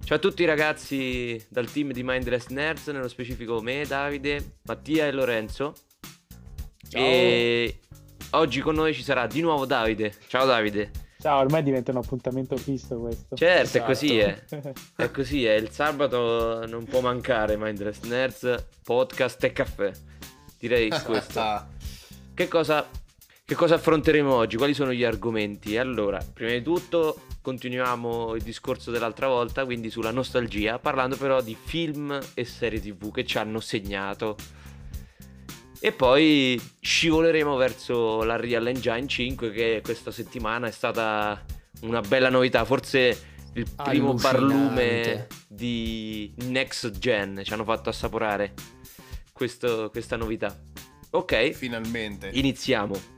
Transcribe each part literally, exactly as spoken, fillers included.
Ciao a tutti ragazzi dal team di Mindless Nerds, nello specifico me, Davide, Mattia e Lorenzo. Ciao. E oggi con noi ci sarà di nuovo Davide. Ciao Davide. Ciao, ormai diventa un appuntamento fisso questo. Certo, Esatto. è così, è. È così, è. Il sabato non può mancare Mindless Nerds, podcast e caffè. Direi questo. Che cosa, che cosa affronteremo oggi? Quali sono gli argomenti? Allora, prima di tutto continuiamo il discorso dell'altra volta, quindi sulla nostalgia, parlando però di film e serie tv che ci hanno segnato. E poi scivoleremo verso la Real Engine cinque, che questa settimana è stata una bella novità, forse il primo barlume di Next Gen, ci hanno fatto assaporare questo, questa novità. Ok, finalmente iniziamo.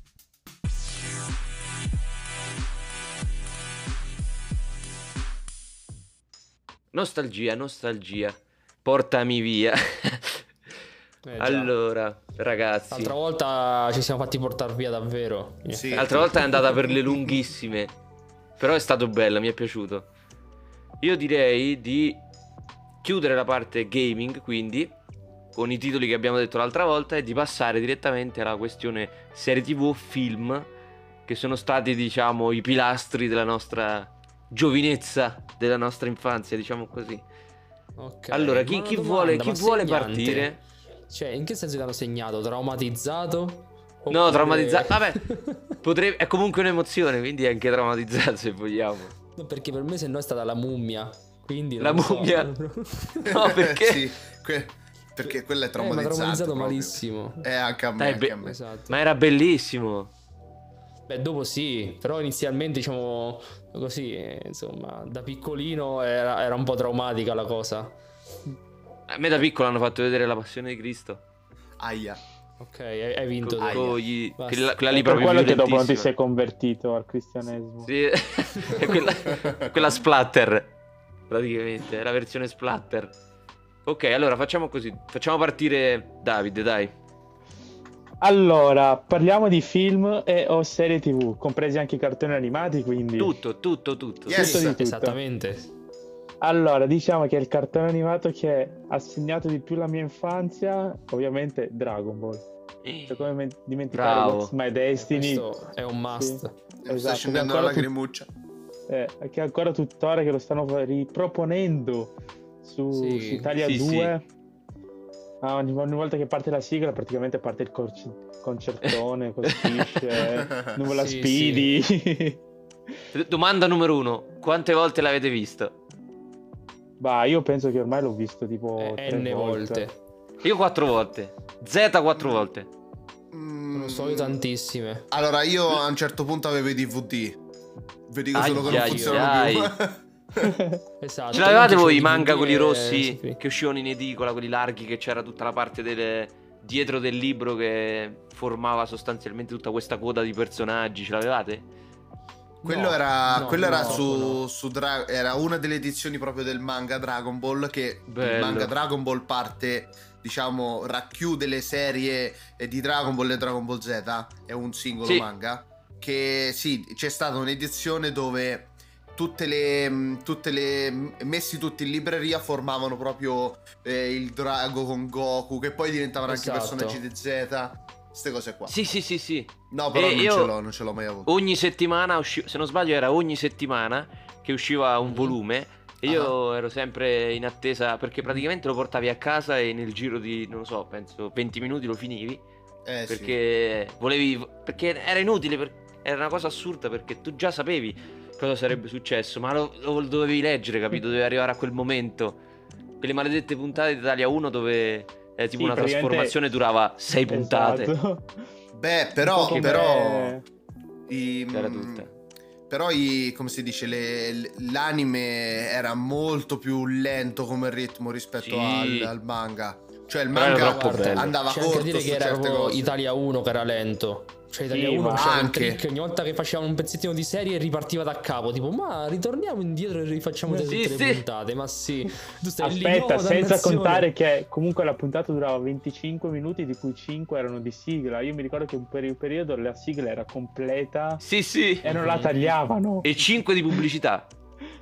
Nostalgia, nostalgia, portami via. Eh, allora, ragazzi, l'altra volta ci siamo fatti portare via davvero. Sì. l'altra volta è andata per le lunghissime, però è stato bello, mi è piaciuto. Io direi di chiudere la parte gaming, quindi con i titoli che abbiamo detto l'altra volta, e di passare direttamente alla questione serie tv o film, che sono stati, diciamo, i pilastri della nostra giovinezza, della nostra infanzia, diciamo così. Ok, Allora, chi, ma chi una vuole, domanda, chi ma vuole segnante? partire? Cioè, in che senso ti hanno segnato? Traumatizzato? No, Oppure- traumatizzato. Vabbè, potrebbe... è comunque un'emozione, quindi è anche traumatizzato se vogliamo. No, perché per me se no è stata la mummia. Quindi non La lo so. mummia? No, perché? Sì, que- perché quello è Eh, ma traumatizzante traumatizzato proprio. malissimo. Eh, anche a me, Dai, anche beh, a me. Esatto. Ma era bellissimo. Beh, dopo sì, però inizialmente, diciamo così, eh, insomma, da piccolino era, era un po' traumatica la cosa. A me da piccolo hanno fatto vedere La Passione di Cristo. Aia. Ok, hai, hai vinto Co- tu. co- gli- Basta. quella, quella È lì per proprio quello che dopo non ti violentissima. sei convertito al cristianesimo. Sì, è quella, quella splatter, praticamente, è la versione splatter. Ok, allora facciamo così, facciamo partire Davide, dai. Allora, parliamo di film e o serie tv, compresi anche i cartoni animati, quindi... Tutto, tutto, tutto. Yes. Tutto di tutto. Esattamente. Allora, diciamo che il cartone animato che ha segnato di più la mia infanzia, ovviamente Dragon Ball. Cioè, come me- dimenticare Bravo. What's My Destiny. Questo è un must. Sì. Mi sta Esatto, scendendo che la ancora tu- lacrimuccia. eh, che ancora tuttora che lo stanno riproponendo su, Sì, su Italia sì, due. Ah, ogni, ogni volta che parte la sigla praticamente parte il cor- concertone con Stitch, Nuvola Sì, Speedy. Domanda numero uno, quante volte l'avete visto? Bah, io penso che ormai l'ho visto tipo Eh, tre N volte. volte. Io quattro volte. Z quattro volte. Mm, Non lo so, io tantissime. Allora, io a un certo punto avevo i D V D. Vi dico solo che non Ai, funzionano ai, più. Esatto. Ce l'avevate io voi i facevo manga, D V D quelli e- rossi sì. che uscivano in edicola, quelli larghi, che c'era tutta la parte delle... dietro del libro che formava sostanzialmente tutta questa coda di personaggi? Ce l'avevate? Quello No, era, no, quello era no, su, no. su Dra- era una delle edizioni proprio del manga Dragon Ball, che Bello. il manga Dragon Ball parte, diciamo, racchiude le serie eh, di Dragon Ball e Dragon Ball Z, è un singolo Sì. manga, che sì, c'è stata un'edizione dove tutte le, mh, tutte le messi tutti in libreria formavano proprio eh, il drago con Goku, che poi diventavano anche Esatto. personaggi di Z, queste cose qua. Sì, sì, sì, sì. No, però E non io- ce l'ho, non ce l'ho mai avuto. Ogni settimana, usci- se non sbaglio era ogni settimana che usciva un Mhm. volume, e io ero sempre in attesa, perché praticamente lo portavi a casa e nel giro di, non lo so, penso venti minuti lo finivi, Eh, sì. perché volevi, perché era inutile, per- era una cosa assurda, perché tu già sapevi cosa sarebbe successo, ma lo, lo dovevi leggere, capito? Dovevi arrivare a quel momento. Quelle maledette puntate di Italia uno dove eh, tipo Sì, una praticamente- trasformazione durava sei puntate. Esatto. Beh, Un però, po' come- però i, C'era mm, tutta. però i, come si dice, le- le- l'anime era molto più lento come ritmo rispetto Sì. al, al manga. Cioè il Però era manga troppo bello. andava C'è anche corto a dire su che era certe proprio cose. Italia uno che era lento. Cioè Italia Sì, uno ma faceva un anche. trick, ogni volta che facevano un pezzettino di serie ripartiva da capo, tipo ma ritorniamo indietro e rifacciamo tutte Sì, le sì. puntate, ma sì. Tu stai lì, Aspetta, no, senza dannazione. contare che comunque la puntata durava venticinque minuti, di cui cinque erano di sigla. Io mi ricordo che per un periodo la sigla era completa Sì, sì. e non la tagliavano. E cinque di pubblicità.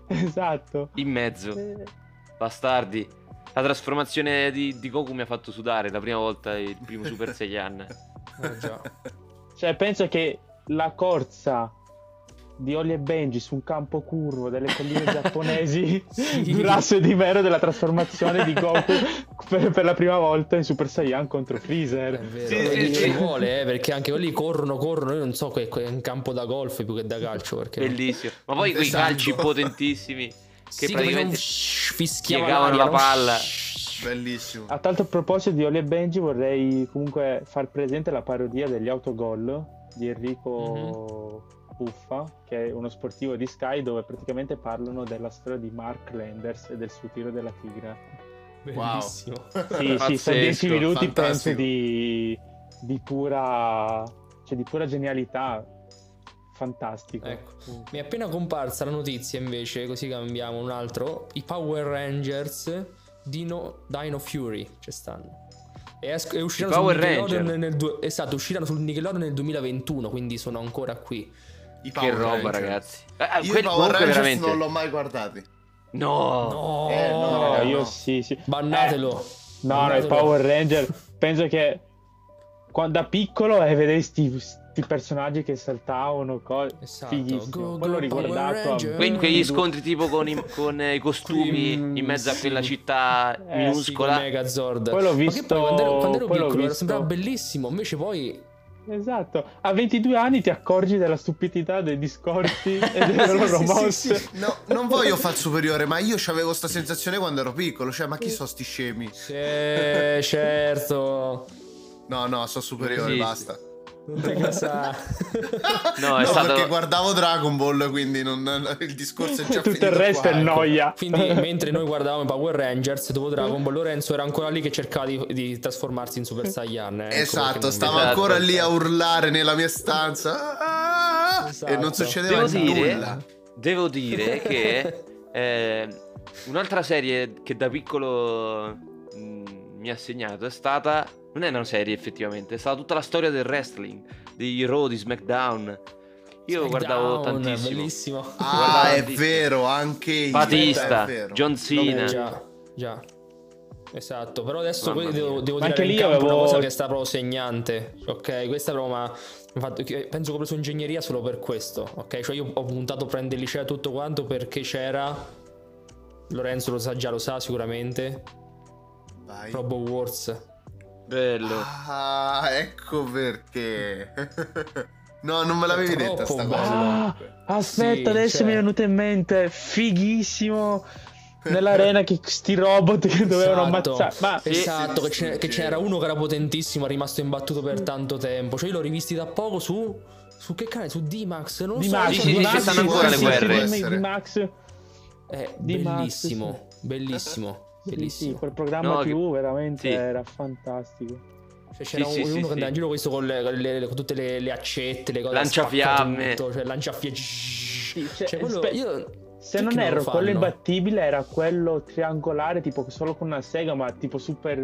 Esatto. In mezzo. Eh, Bastardi. La trasformazione di, di Goku mi ha fatto sudare la prima volta il primo Super Saiyan. Eh, già. Cioè, penso che la corsa di Holly e Benji su un campo curvo delle colline giapponesi Sì. durasse di meno della trasformazione di Goku per, per la prima volta in Super Saiyan contro È Freezer. vero, Sì, quelli sì, ci sì. vuole, eh, perché anche quelli corrono, corrono. Io non so, que- que- è un campo da golf più che da calcio. Perché Bellissimo. Ma poi quei Esatto. calci potentissimi che sì, praticamente che facevano- fischiava piegavano l'aria, la no? palla. Bellissimo. A tal proposito di Holly e Benji vorrei comunque far presente la parodia degli autogol di Enrico Puffa, che è uno sportivo di Sky, dove praticamente parlano della storia di Mark Landers e del suo tiro della tigre. Bellissimo. Sì, sì, sono dieci Pazzesco, minuti penso fantastico. di, di pura cioè di pura genialità. Fantastico. Ecco. Mi è appena comparsa la notizia invece, così cambiamo un altro. I Power Rangers Dino, Dino Fury ci stanno. E, es- e usciranno I sul Power Nickelodeon Ranger. nel du- esatto, usciranno sul Nickelodeon nel duemilaventuno, quindi sono ancora qui. I Che Power roba, Rangers. ragazzi. Eh, Io i quelli Power comunque Rangers veramente. non l'ho mai guardati. No. No, Eh, no, No, raga, io no. sì, sì. bannatelo. Eh, no, no, i Bannatelo. Power Ranger penso che quando da piccolo eh, vedevi sti, sti personaggi che saltavano, co- Esatto. fighissimo. Go, Poi l'ho go, riguardato Power a Ranger. Que- quegli due- scontri tipo con i, con i costumi Mm, in mezzo a sì. quella città Eh, sì, Sì, con minuscola. Megazord. Poi l'ho Ma che visto- poi quando ero, quando ero poi l'ho piccolo visto- sembrava bellissimo, invece poi Esatto, a ventidue anni ti accorgi della stupidità dei discorsi e delle Sì, loro sì, mosse. sì, sì. No, non voglio far superiore, ma io avevo sta sensazione quando ero piccolo. Cioè, ma chi sono sti scemi? sì, certo. No, no, sono superiore, Sì, sì. basta. Non te casa. No, è no, stato- perché guardavo Dragon Ball, quindi non- il discorso è già Tutto finito il resto qua, è ecco. noia. Quindi mentre noi guardavamo i Power Rangers dopo Dragon Ball, Lorenzo era ancora lì che cercava di, di trasformarsi in Super Saiyan. eh, ecco perché Esatto, non stavo Esatto. ancora lì a urlare nella mia stanza. Ah! Esatto. E non succedeva Devo dire, nulla. devo dire che eh, un'altra serie che da piccolo mh, mi ha segnato è stata, non è una serie effettivamente, è stata tutta la storia del wrestling, di Raw, di SmackDown. Io guardavo Smackdown, tantissimo. bellissimo. Ah, Guardavo è tantissimo. vero, anche io. Batista, è vero. John Cena. Eh, già, già. Esatto, però adesso Mamma que- devo, mia. devo Ma dire anche in lì campo avevo- una cosa che sta proprio segnante. Ok, questa però ma mi ha fatto- che- penso che ho preso ingegneria solo per questo. Ok, cioè io ho puntato a prendere il liceo e tutto quanto perché c'era, Lorenzo lo sa già, lo sa sicuramente, Vai. Robo Wars. Bello. Ah, ecco perché. No, non me l'avevi Troppo detta sta bello. cosa. Ah, aspetta, Sì, adesso cioè- mi è venuto in mente, fighissimo nell'arena che sti robot che dovevano Esatto. ammazzare. Ma Sì, Esatto, sì, che, ce- sì, che sì. c'era uno che era potentissimo, è rimasto imbattuto per tanto tempo. Cioè io l'ho rivisti da poco su... Su che canale? Su D-Max? Non lo di so. Max, Sì, di sì, Max, ci stanno sì, ancora sì, le sì, guerre. sì, di Max. È Di Max, bellissimo, bellissimo, Sì, sì, bellissimo. quel programma No, che- tivù veramente sì. era fantastico. Cioè, c'era Sì, sì, un- sì, uno sì. che andava in giro questo con, le- con le- con tutte le, le accette, le cose Lanciafiamme. spacca tutto, cioè lanciafiamme. Sì, cioè, Cioè, quello spe- io Se perché non lo erro, quello fanno? imbattibile era quello triangolare, tipo solo con una sega, ma tipo super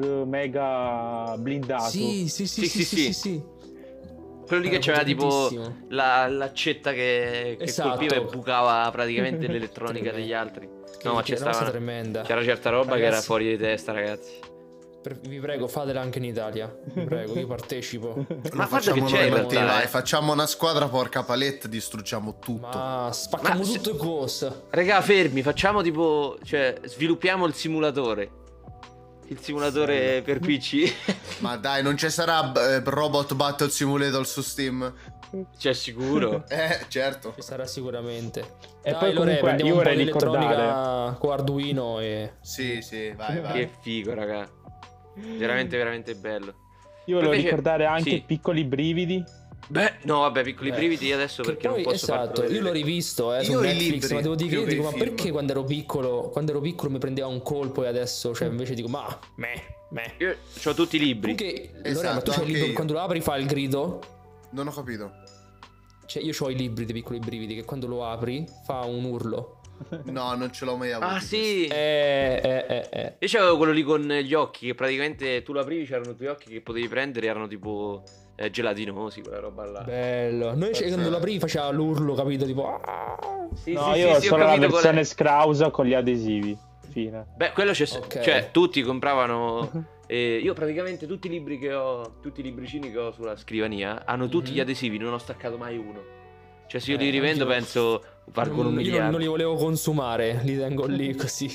mega blindato. Sì, sì, sì, Sì, sì, sì, sì, sì. sì, sì. Quello lì che Era c'aveva tipo potentissimo. la, l'accetta che, che Esatto. colpiva e bucava praticamente l'elettronica Tremendo. degli altri. Che- No, ma che c'è era una cosa stava, tremenda. c'era certa roba che era Ragazzi, fuori di testa, ragazzi. per- vi prego, fatela anche in Italia. Vi prego, io partecipo. Ma Lo guarda facciamo che c'è noi, in Mattia, realtà, vai, eh. facciamo una squadra porca palette, distruggiamo tutto. Ma spacchiamo Ma se- tutto e cosa. Raga, fermi, facciamo tipo, cioè, sviluppiamo il simulatore. Il simulatore per P C. Ma dai, non ci sarà eh, Robot Battle Simulator su Steam? Cioè, sicuro. Eh, certo. Ci sarà sicuramente. E Dai, poi Lore, comunque prendiamo io un po' vorrei di elettronica ricordare- con Arduino e... Sì, sì, vai, vai. Che figo, raga. Veramente, veramente bello. Io volevo Invece- ricordare anche sì. Piccoli brividi. Beh, no, vabbè, piccoli Eh, brividi adesso che perché poi, non posso farlo esatto, io vedere. l'ho rivisto eh, su Io i Netflix, libri, ma devo dire, più io che dico, i ma film. perché quando ero piccolo, quando ero piccolo mi prendeva un colpo e adesso, cioè invece dico, ma, me, me. Io ho tutti i libri. Comunque, Esatto, Lorena, tu c'hai il anche libro, io. quando lo apri fa il grido, Non ho capito. cioè io ho i libri dei piccoli brividi che quando lo apri fa un urlo. No, non ce l'ho mai avuto. Ah, sì. Eh, eh, eh, eh. Io c'avevo quello lì con gli occhi, che praticamente tu lo aprivi, c'erano due occhi che potevi prendere, erano tipo eh, gelatinosi, quella roba là. Bello. Noi c- quando la aprivi faceva l'urlo, capito? Tipo... "Ah". Sì, No, sì, io sì, ho sì, ho solo la capito versione qual è. Scrausa con gli adesivi. Fine. Beh, quello c'è, Ok. cioè tutti compravano. E io praticamente tutti i libri che ho, tutti i libricini che ho sulla scrivania hanno tutti Mhm. gli adesivi, non ho staccato mai uno. Cioè se io Eh, li rivendo anch'io- penso valgono un Non- io non, miliardo. non li volevo consumare, li tengo lì così.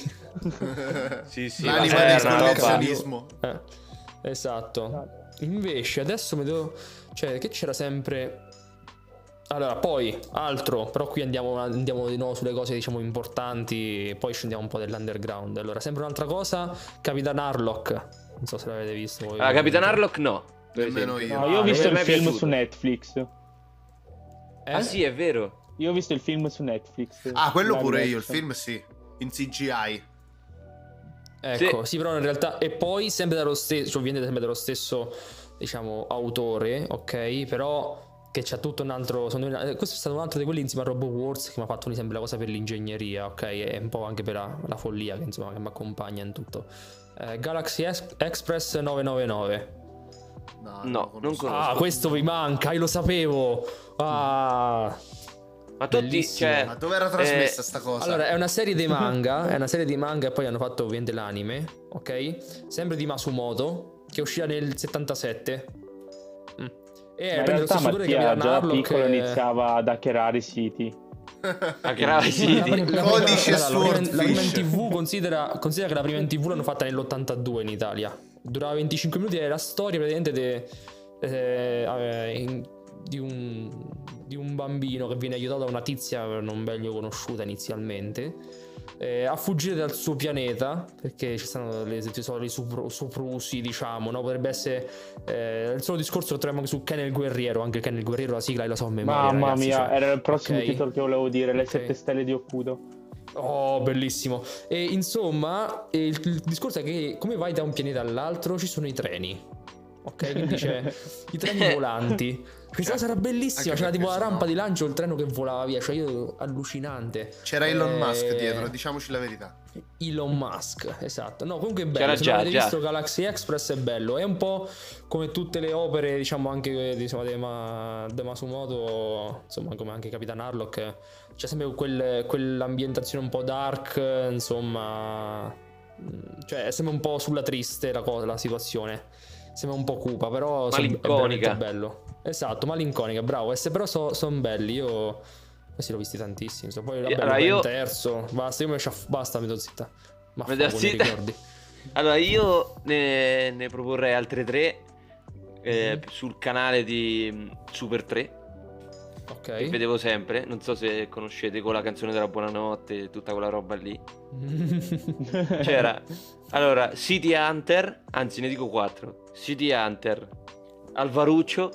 Sì, sì, L'anima vabbè, del è una roba- collezionismo. Eh, esatto. Invece adesso mi devo... Cioè, che c'era sempre... Allora, poi, altro, però qui andiamo, andiamo di nuovo sulle cose, diciamo, importanti, poi scendiamo un po' dell'underground. Allora, sempre un'altra cosa, Capitan Harlock. Non so se l'avete visto voi. Ah, Capitan Harlock no. per Nemmeno esempio. io. No, io ho Ah, visto non mi il è film piaciuto. su Netflix. Eh? Ah sì, è vero. Io ho visto il film su Netflix. Ah, quello Live pure io, il action. film sì. In C G I. Ecco, sì. Però in realtà... E poi sempre dallo stesso, cioè viene sempre dallo stesso, diciamo, autore, ok? Però... Che c'ha tutto un altro. Sono, questo è stato un altro di quelli insieme a Robo Wars che mi ha fatto sempre la cosa per l'ingegneria, ok? E un po' anche per la, la follia che insomma che mi accompagna in tutto. Eh, Galaxy Es- Express nove nove nove. No, No, non conosco. Ah, questo vi manca, io lo sapevo. Ah. Ma tutti, Bellissimo. cioè, Ma dove era trasmessa eh, sta cosa? Allora, è una serie di manga, è una serie di manga e poi hanno fatto ovviamente l'anime, ok? Sempre di Masumoto, che uscirà nel settantasette. Mm. E Ma in prende lo realtà stesso autore che Mattia Capitan già da Harlock, piccolo eh, iniziava ad hackerare i siti. a Gravity City. La- la- Codice la- la- la prima- La prima in Swordfish. tivù considera, considera che la prima in tivù l'hanno fatta nell'ottantadue in Italia. Durava venticinque minuti, è la storia praticamente de- eh, eh, in- di, un, di un bambino che viene aiutato da una tizia non meglio conosciuta inizialmente eh, a fuggire dal suo pianeta perché ci stanno le, ci sono i sopru- soprusi, diciamo, no? Potrebbe essere eh, il solo discorso lo troviamo anche su Ken il Guerriero, anche Ken il Guerriero la sigla e la so a memoria, Mamma ragazzi, mia, cioè, era il prossimo ok? titolo che volevo dire, le Ok. sette stelle di Okudo. Oh, bellissimo. E insomma, il, il discorso è che come vai da un pianeta all'altro ci sono i treni. Ok, quindi c'è i treni volanti. Questa cosa era bellissima. Anche C'era tipo la perché rampa sennò- di lancio, il treno che volava via. Cioè, io allucinante. C'era Elon Eh, Musk dietro, diciamoci la verità. Elon Musk, esatto. No, comunque è bello. C'era Se già, non avete già. visto Galaxy Express è bello. È un po' come tutte le opere, diciamo, anche diciamo, di Ma- di Masumoto, insomma, come anche Capitan Harlock. C'è sempre quel- quell'ambientazione un po' dark, insomma. Cioè, è sempre un po' sulla triste la cosa, la situazione. Sembra un po' cupa, però son- è Malinconica. veramente bello. Esatto, malinconica, bravo. E se però sono belli, io questi l'ho visti tantissimi. So, poi vabbè, Allora, allora, io- io terzo. Basta, io mi sciaff- basta, mi do zitta. Ma Mi do fa, zitta. ricordi. Allora, io ne, ne proporrei altre tre eh, Mhm. sul canale di mm, Super tre. Ok. Che vedevo sempre. Non so se conoscete con la canzone della buonanotte e tutta quella roba lì. C'era allora City Hunter, anzi ne dico quattro. City Hunter, Alvaruccio,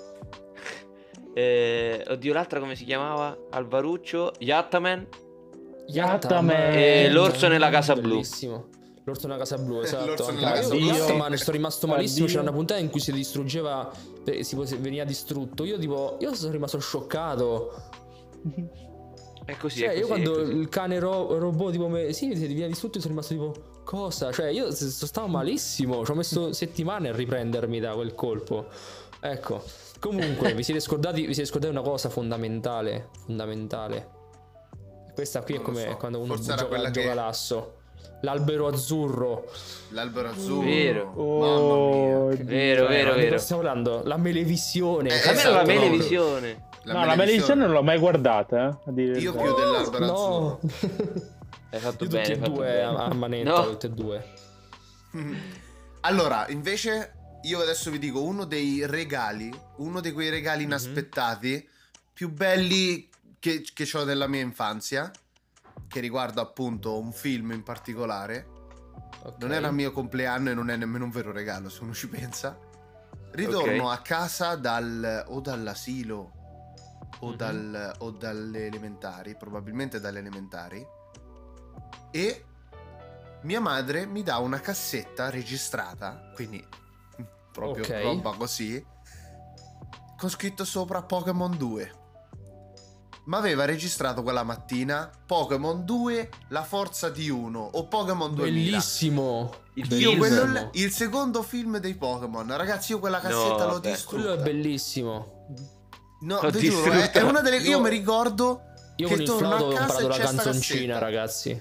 eh, oddio l'altra come si chiamava? Alvaruccio, Yattaman. Yattaman. E l'orso nella casa blu. Bellissimo. L'orso nella casa blu, esatto. L'orso Anche- nella ma casa io blu. Yattaman sono rimasto malissimo. Addio. C'era una puntata in cui si distruggeva, eh, si si veniva distrutto. Io tipo, io sono rimasto scioccato. È così, Cioè, è così, io quando è così. il cane ro- robot tipo me, sì, si viene distrutto, io sono rimasto tipo cosa? Cioè, io s- s- stavo malissimo, ci ho messo settimane a riprendermi da quel colpo. Ecco. Comunque, vi siete scordati, vi siete scordati una cosa fondamentale, fondamentale. Questa qui è Non lo come so. quando uno Forse era gioca quella al che- giocalasso. L'albero azzurro. L'albero azzurro. Vero. Mamma mia. Dio. Vero, vero, Eh, di vero. cosa stiamo parlando? La melevisione. Eh, Almeno esatto, la no. televisione. No, la maledizione non l'ho mai guardata. Eh, a dire il Io vero. più dell'albero No. azzurro. Hai fatto Io bene, tutti hai e fatto due bene. a, a manetta, No. tutti e due. Allora, invece, io adesso vi dico uno dei regali, uno di quei regali Mhm. inaspettati più belli che, che ho della mia infanzia, che riguarda appunto un film in particolare. Ok. Non era il mio compleanno e non è nemmeno un vero regalo, se uno ci pensa. Ritorno Ok. a casa dal o dall'asilo o, Mhm. dal, o dalle elementari, probabilmente dalle elementari, e mia madre mi dà una cassetta registrata, quindi proprio Ok. roba così, con scritto sopra Pokémon due. ma aveva registrato quella mattina Pokémon due La forza di uno o Pokémon duemila. Bellissimo. Il Io film. quello l- il secondo film dei Pokémon, ragazzi, io quella cassetta No, l'ho vabbè. distrutta. Quello è bellissimo. No, L'ho vi giuro, è, distrutta. è una delle io Io- mi ricordo Io che con il torno flauto a ho casa imparato e la c'è sta canzoncina, cassetta. ragazzi.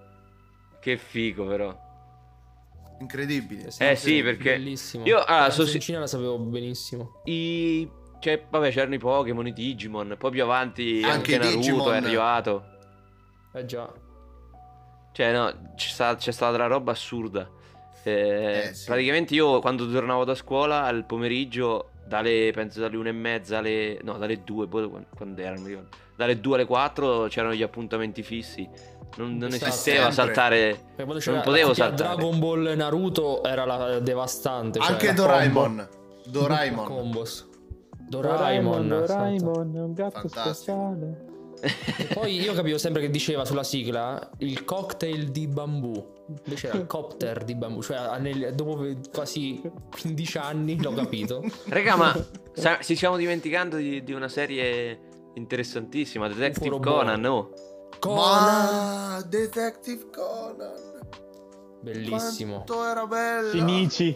Che figo però. Incredibile. Eh sì, perché Bellissimo. io ah, la so- canzoncina la sapevo benissimo. i cioè vabbè c'erano i Pokémon, i Digimon, poi più avanti Anche anche, i Naruto Digimon. è arrivato. Eh già. Cioè no, c'è stata, c'è stata della roba assurda. Eh, Eh, sì. Praticamente io quando tornavo da scuola al pomeriggio, dalle penso dalle una e mezza alle no dalle due, poi quando, quando erano, mi ricordo. Dalle due alle quattro c'erano gli appuntamenti fissi. Non, non Esatto. esisteva Sempre. saltare. Perché quando c'era Non potevo la copia saltare. Dragon Ball e Naruto era la devastante. Cioè Anche la Doraemon. combo. Doraemon. Combos. Doraemon, Doraemon. esatto. Doraemon è un gatto Fantastico. speciale. E poi io capivo sempre che diceva sulla sigla il cocktail di bambù. Invece era il copter di bambù. Cioè nel- dopo quasi quindici anni l'ho capito. Raga, ma sa- ci stiamo dimenticando di, di una serie interessantissima, Detective Ufo robot. Conan, no? Conan. Ma Detective Conan. Bellissimo. Quanto era bella. Shinichi.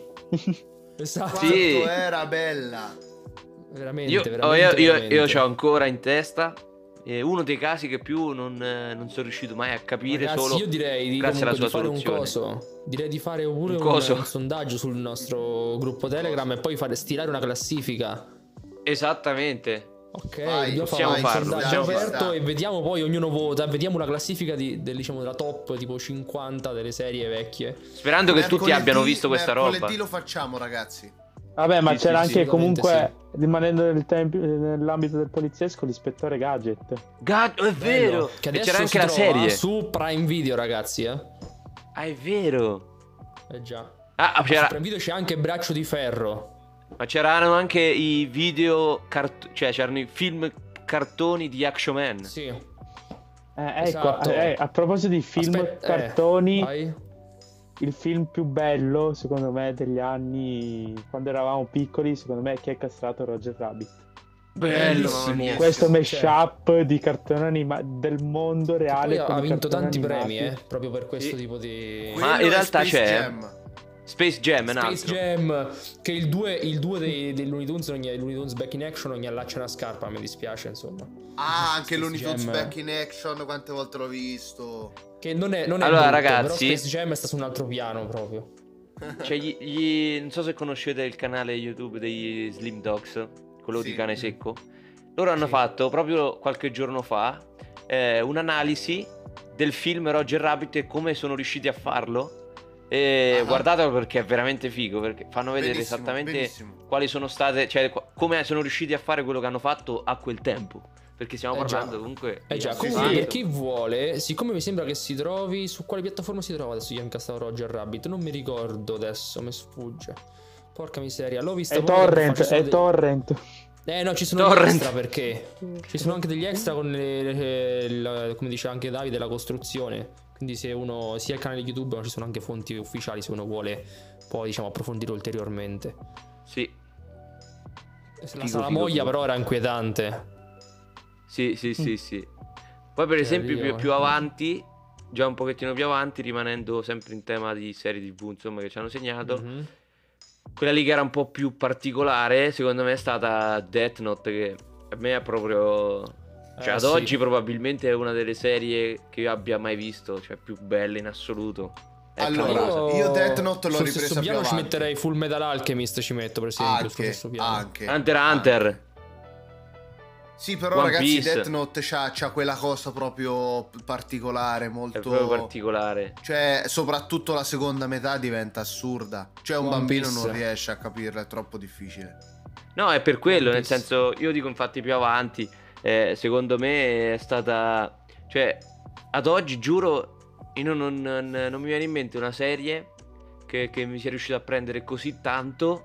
Esatto. Quanto Sì. era bella. Veramente, Io, veramente, oh, io, io, veramente. io c'ho ancora in testa eh, uno dei casi che più non, eh, non sono riuscito mai a capire. Ragazzi, solo io direi di, grazie alla comunque sua di fare soluzione. un coso. Direi di fare pure Un un, coso? un sondaggio sul nostro gruppo Telegram e poi fare stilare una classifica. Esattamente. Ok, Vai, dobbiamo possiamo fare un farlo, sondaggio possiamo aperto farlo. e vediamo poi, ognuno vota, vediamo una classifica di, del, diciamo, della top tipo cinquanta delle serie vecchie. Sperando che tutti Mercoledì- abbiano visto questa roba. Mercoledì lo facciamo, ragazzi. Vabbè, ma Sì, c'era sì, anche assolutamente comunque, rimanendo nel temp- nell'ambito del poliziesco, l'ispettore Gadget. Gatto, è vero. Che E adesso c'era si anche la trova serie. su Prime Video, ragazzi, eh. Ah, è vero. Eh già. Ah, Su c'era, Prime Video c'è anche Braccio di Ferro. ma c'erano anche i video cart- cioè c'erano i film cartoni di Action Man. Sì. Eh, ecco, Esatto. eh, a proposito di film Aspetta, eh, cartoni, vai. il film più bello, secondo me, degli anni quando eravamo piccoli, secondo me, è Chi ha castrato Roger Rabbit. Bello, Bellissimo. mamma mia. Questo Cioè, mashup di cartone anima- del mondo Poi reale. con ha i vinto cartoni tanti animati. premi, eh, proprio per questo Sì. tipo di... Ma Quello in è realtà Space c'è- Jam. Space Jam è un Space altro. Jam, che il due, il due dei, dei Looney Tunes, non gli, Looney Tunes back in action non gli allaccia una scarpa, mi dispiace, insomma. Ah, anche Space Looney Tunes Jam. Back in Action, quante volte l'ho visto. Che non è, non è Allora, brutto, ragazzi- però Space Jam sta su un altro piano proprio. Cioè, gli, gli- non so se conoscete il canale YouTube degli Slim Dogs, quello Sì. di cane secco. Loro hanno Sì. fatto proprio qualche giorno fa eh, un'analisi del film Roger Rabbit e come sono riusciti a farlo. E Ah. guardatelo perché è veramente figo, perché fanno vedere Benissimo, esattamente benissimo. quali sono state, cioè qu- come sono riusciti a fare quello che hanno fatto a quel tempo. Perché stiamo Eh già. parlando comunque Eh di già, un sì, comunque sì. per chi vuole, siccome mi sembra che si trovi, su quale piattaforma si trova adesso Chi ha incastrato Roger Rabbit? Non mi ricordo adesso, mi sfugge. Porca miseria, l'ho vista È proprio tempo fa, torrent, ci sono è dei- torrent. Eh no, ci sono gli Torrent. extra perché ci sono anche degli extra con le, le- la- come dice anche Davide, la costruzione. Quindi se uno sia il canale YouTube, ma ci sono anche fonti ufficiali se uno vuole poi diciamo approfondire ulteriormente. Sì, La Figo, salamoia figo, figo. però era inquietante. sì, sì, sì, sì. Poi per Cioè, esempio io- più, più avanti, già un pochettino più avanti, rimanendo sempre in tema di serie tivù, insomma, che ci hanno segnato. Mhm. Quella lì che era un po' più particolare, secondo me è stata Death Note, che a me è proprio... Cioè Eh, ad sì. oggi probabilmente è una delle serie che io abbia mai visto, cioè più belle in assoluto. È Allora, clamorosa. io Death Note l'ho sul ripresa stesso più piano ci avanti. metterei Full Metal Alchemist, ci metto per esempio sul Anche, stesso piano. anche. Hunter x Hunter. Sì, però One ragazzi, Piece. Death Note c'ha, c'ha quella cosa proprio particolare, È molto... proprio particolare. Cioè, soprattutto la seconda metà diventa assurda. Cioè, un One bambino Piece. non riesce a capirla, è troppo difficile. No, è per quello, One nel Piece. senso, io dico infatti più avanti, eh, secondo me è stata... Cioè, ad oggi, giuro, io non, non- non- non mi viene in mente una serie che, che mi sia riuscito a prendere così tanto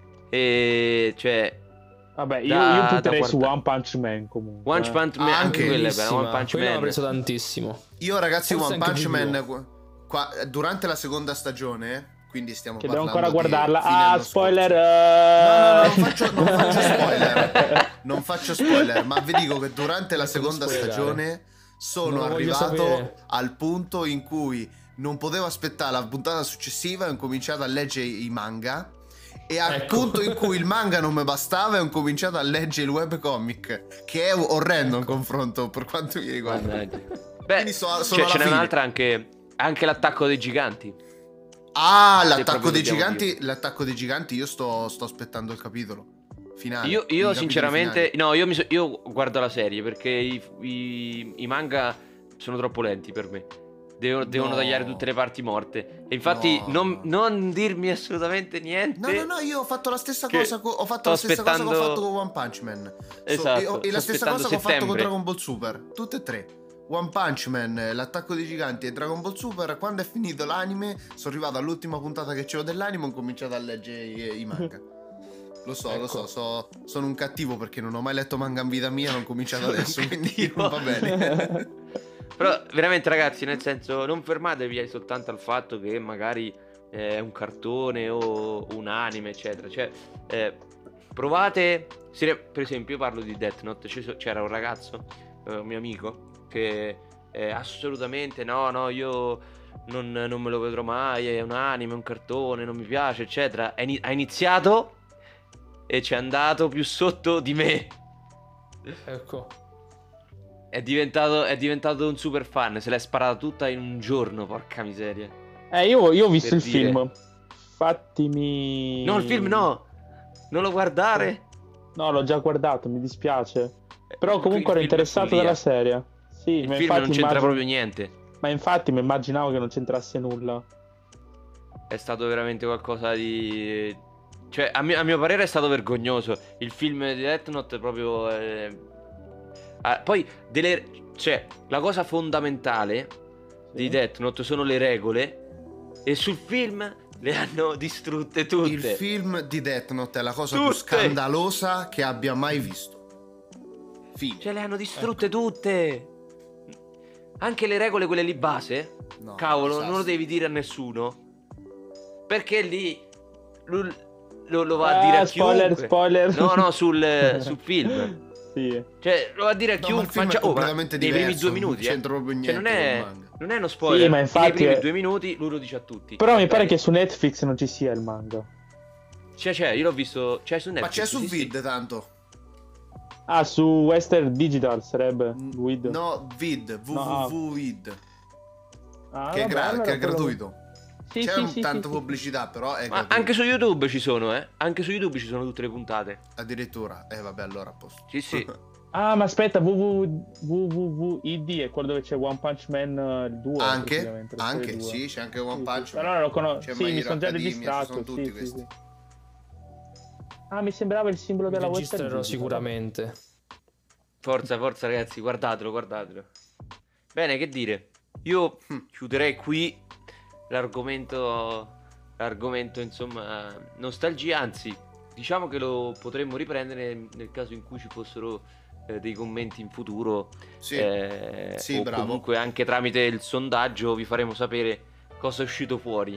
e, cioè... Vabbè, io, Da- io da punterei su guarda- One Punch Man comunque. One eh. Punch Man, Ah, anche anche quella è bella, One Bellissima, Punch quella l'ha Man. preso tantissimo. Io, ragazzi, Forse One anche Punch di Man, più. qu- qua- durante la seconda stagione, quindi stiamo che parlando devo ancora di guardarla. fine Ah, anno spoiler! scorso. No, no, no, non faccio, non faccio spoiler. Non faccio spoiler, ma vi dico che durante la seconda stagione sono arrivato al punto in cui non potevo aspettare la puntata successiva e ho cominciato a leggere i manga. E al ecco. punto in cui il manga non mi bastava e ho cominciato a leggere il webcomic, che è orrendo in confronto per quanto mi riguarda. Beh, so, sono cioè, ce n'è fine. un'altra anche, anche l'attacco dei giganti. Ah, l'attacco dei giganti. Dire. L'attacco dei giganti, io sto, sto aspettando il capitolo finale. Io, io sinceramente, no, io, mi so, io guardo la serie perché i, i, i manga sono troppo lenti per me. Devono, no. devono tagliare tutte le parti morte. E infatti no. non, non dirmi assolutamente niente. No, no, no, io ho fatto la stessa cosa co- Ho fatto la stessa aspettando... cosa che ho fatto con One Punch Man. Esatto. So, e, e la stessa cosa settembre. che ho fatto con Dragon Ball Super. Tutte e tre. One Punch Man, l'attacco dei giganti e Dragon Ball Super. Quando è finito l'anime, sono arrivato all'ultima puntata che c'ero dell'anime, ho cominciato a leggere i, i manga. Lo so, ecco. lo so, so, sono un cattivo perché non ho mai letto manga in vita mia, non ho cominciato adesso, quindi non va bene. Però veramente ragazzi, nel senso, non fermatevi soltanto al fatto che magari è un cartone o un anime eccetera. Cioè eh, provate, per esempio io parlo di Death Note. C'era un ragazzo, eh, un mio amico, che eh, assolutamente no, no, io non, non me lo vedrò mai, è un anime, un cartone, non mi piace eccetera. È, ha iniziato e ci è andato più sotto di me. Ecco. È diventato, è diventato un super fan. Se l'è sparata tutta in un giorno, porca miseria. Eh, io, io ho visto per il dire. film. Fattimi. No, il film no. Non lo guardare. No, l'ho già guardato, mi dispiace. Però comunque ero interessato dalla serie. Sì, il ma film infatti non c'entra immagino... proprio niente. Ma infatti mi immaginavo che non c'entrasse nulla. È stato veramente qualcosa di... Cioè, a mio, a mio parere è stato vergognoso. Il film di Death Note proprio... Eh... Ah, poi, delle... cioè, la cosa fondamentale sì. di Death Note sono le regole. E sul film le hanno distrutte tutte. Il film di Death Note è la cosa tutte. più scandalosa che abbia mai visto. Fine. Cioè, le hanno distrutte ecco. tutte. Anche le regole, quelle lì base, no, cavolo, non lo devi dire a nessuno. Perché lì lo, lo, lo va ah, a dire a spoiler, chiunque. Spoiler, No, no, sul, sul film. Sì. Cioè, lo va a dire a no, chiunque. Ma, ma già, è completamente oh, diverso, nei primi due minuti, non c'entra eh. proprio niente. Cioè, non è, non è uno spoiler. Sì, ma infatti nei primi è... due minuti lui lo dice a tutti. Però mi pare che su Netflix non ci sia il manga. C'è, c'è, io l'ho visto. C'è su Netflix. Ma c'è su sì, Vid sì. tanto. Ah, su Western Digital sarebbe Vid. No, Vid, www.vid. Ah, che, è, vabbè, gra- allora che è quello... gratuito. Sì, c'è sì, un, sì, tanta sì, pubblicità, sì. però è Ma gratuito. anche su YouTube ci sono, eh. Anche su YouTube ci sono tutte le puntate. Addirittura. Eh vabbè, allora a posto. Sì, sì. Ah, ma aspetta, www.id è quello dove c'è One Punch Man due. Anche, anche due. Sì, c'è anche One sì, Punch sì. Man. Allora lo conosco. Sì, mi sono già Academia, registrato. sono tutti sì, questi. sì, sì. Ah, mi sembrava il simbolo della Western Registrerò Digital. sicuramente. Forza, forza ragazzi, guardatelo, guardatelo. Bene, che dire. Io chiuderei qui l'argomento, l'argomento insomma, nostalgia, anzi, diciamo che lo potremmo riprendere nel caso in cui ci fossero eh, dei commenti in futuro. Sì, eh, sì, o bravo. comunque anche tramite il sondaggio vi faremo sapere cosa è uscito fuori.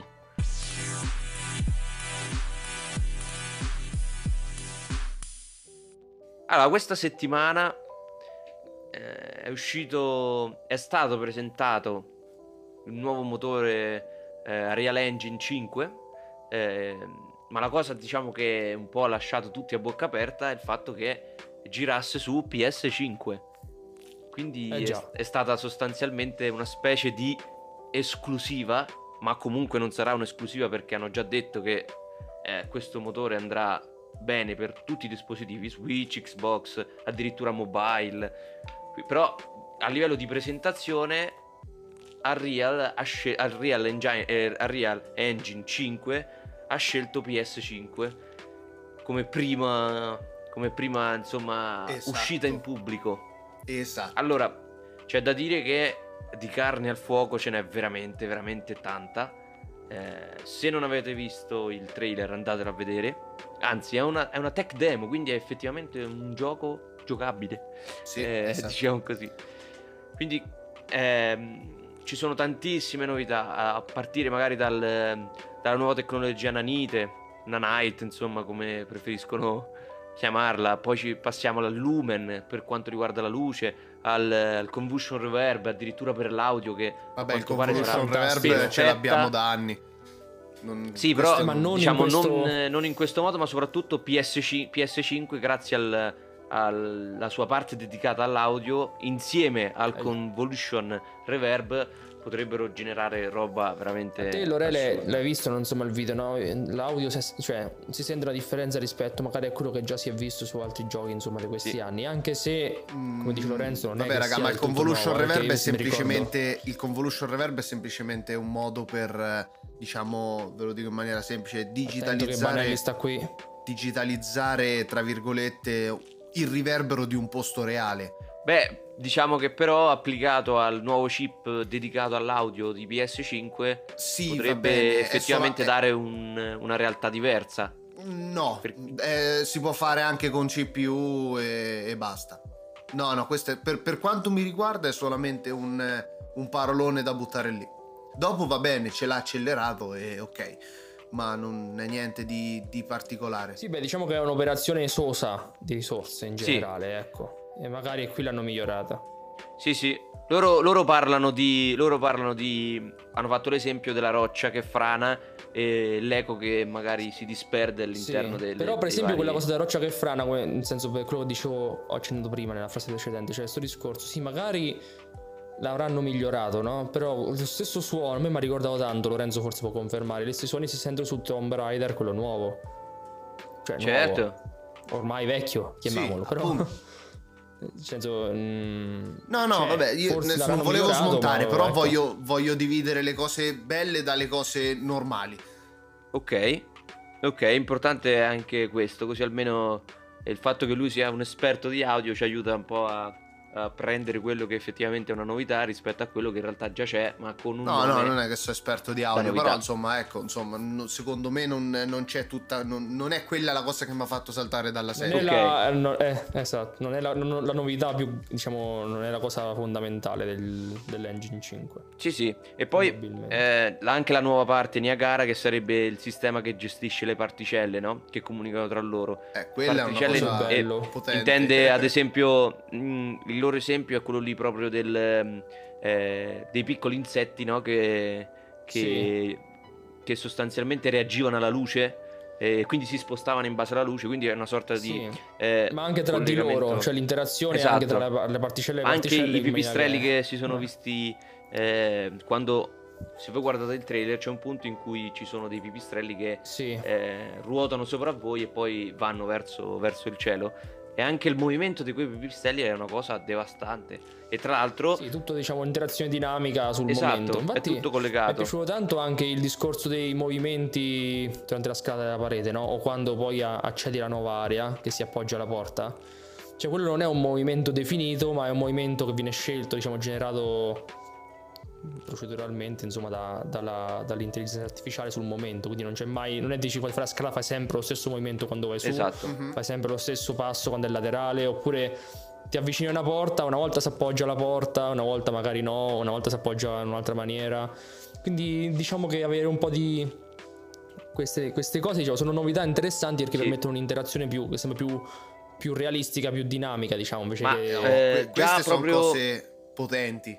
Allora, questa settimana eh, è uscito, è stato presentato il nuovo motore eh, Unreal Engine cinque, eh, ma la cosa diciamo che un po' ha lasciato tutti a bocca aperta è il fatto che girasse su P S cinque. Quindi eh è, è stata sostanzialmente una specie di esclusiva, ma comunque non sarà un'esclusiva perché hanno già detto che eh, questo motore andrà bene per tutti i dispositivi, Switch, Xbox, addirittura mobile. Però a livello di presentazione Unreal, ha scel- Unreal, Engine, eh, Unreal Engine cinque ha scelto P S cinque come prima, come prima insomma esatto. uscita in pubblico. Esatto. Allora c'è da dire che di carne al fuoco ce n'è veramente veramente tanta. Eh, se non avete visto il trailer andatelo a vedere. Anzi è una, è una tech demo, quindi è effettivamente un gioco giocabile, sì, eh, esatto. diciamo così. Quindi ehm, ci sono tantissime novità, a partire magari dal, dalla nuova tecnologia nanite, nanite, insomma, come preferiscono chiamarla. Poi ci passiamo al lumen per quanto riguarda la luce, al, al convolution reverb, addirittura per l'audio, che vabbè, il quanto pare sarà convolution reverb perfetta. ce l'abbiamo da anni. Non, sì, però ma non, diciamo in questo... non, non in questo modo, ma soprattutto P S cinque grazie al, alla sua parte dedicata all'audio, insieme al convolution reverb, potrebbero generare roba veramente. A te, Lorele, l'hai visto, non insomma, il video, no? L'audio, cioè, si sente una differenza rispetto magari a quello che già si è visto su altri giochi, insomma, di questi sì. anni, anche se, come dice Lorenzo, non Vabbè, è che raga, sia ma il convolution nuovo, reverb è semplicemente ricordo... il convolution reverb è semplicemente un modo per, diciamo, ve lo dico in maniera semplice, digitalizzare sta qui. digitalizzare tra virgolette il riverbero di un posto reale. Beh, diciamo che però applicato al nuovo chip dedicato all'audio di P S cinque sì, potrebbe bene, effettivamente solo... dare un, una realtà diversa. No, per... eh, si può fare anche con C P U e, e basta. No, no, questo è, per, per quanto mi riguarda è solamente un, un parolone da buttare lì. Dopo va bene, ce l'ha accelerato e ok, ma non è niente di, di particolare. Sì, beh, diciamo che è un'operazione sosa di risorse in generale, sì. ecco. E magari qui l'hanno migliorata. Sì, sì. Loro, loro parlano di. Loro parlano di. Hanno fatto l'esempio della roccia che frana e l'eco che magari si disperde all'interno sì, delle. Però, per esempio, vari... quella cosa della roccia che frana, nel senso, per quello che dicevo, ho accennato prima nella frase precedente, cioè questo discorso, sì, magari l'avranno migliorato, no? Però lo stesso suono, a me mi ha ricordato tanto, Lorenzo forse può confermare, gli stessi suoni si sentono su Tomb Raider, quello nuovo. Cioè, certo. Nuovo, ormai vecchio, chiamiamolo, sì, però. Appunto. Nel senso, mm, no, no, cioè, vabbè, io non volevo smontare, però ecco. voglio, voglio dividere le cose belle dalle cose normali. Ok, ok, è importante anche questo, così almeno il fatto che lui sia un esperto di audio ci aiuta un po' a, a prendere quello che effettivamente è una novità rispetto a quello che in realtà già c'è, ma con un no, nome no, non è che sono esperto di audio, novità. però insomma, ecco, insomma, no, secondo me non, non c'è tutta, non, non è quella la cosa che mi ha fatto saltare dalla serie. Non è okay. la, no, eh, esatto, non è la, non, la novità più, diciamo, non è la cosa fondamentale del, dell'Engine cinque. Sì, sì, e poi eh, anche la nuova parte Niagara, che sarebbe il sistema che gestisce le particelle, no? Che comunicano tra loro. Eh, quella particelle è una cosa e, bello, potente. Intende ad esempio mh, il loro esempio è quello lì proprio del eh, dei piccoli insetti, no? Che che, sì. che sostanzialmente reagivano alla luce e quindi si spostavano in base alla luce, quindi è una sorta sì. di eh, ma anche tra di loro, cioè l'interazione esatto. anche tra le particelle e le anche particelle i pipistrelli che... che si sono eh. visti eh, quando, se voi guardate il trailer, c'è un punto in cui ci sono dei pipistrelli che sì. eh, ruotano sopra voi e poi vanno verso, verso il cielo, e anche il movimento di quei pipistrelli è una cosa devastante. E tra l'altro sì, tutto, diciamo, interazione dinamica sul esatto, momento. Infatti, è tutto collegato. Mi è piaciuto tanto anche il discorso dei movimenti durante la scala della parete, no? O quando poi accedi alla nuova area che si appoggia alla porta. Cioè, quello non è un movimento definito, ma è un movimento che viene scelto, diciamo, generato proceduralmente, insomma, da, dalla, dall'intelligenza artificiale sul momento. Quindi non c'è mai, non è dici quando fai la scala fai sempre lo stesso movimento quando vai su, esatto. mm-hmm. fai sempre lo stesso passo quando è laterale, oppure ti avvicini a una porta, una volta si appoggia alla porta, una volta magari no, una volta si appoggia in un'altra maniera. Quindi diciamo che avere un po' di queste, queste cose, diciamo, sono novità interessanti perché sì. permettono un'interazione più, che sembra più, più realistica, più dinamica, diciamo, invece Ma, che eh, queste sono proprio... cose potenti.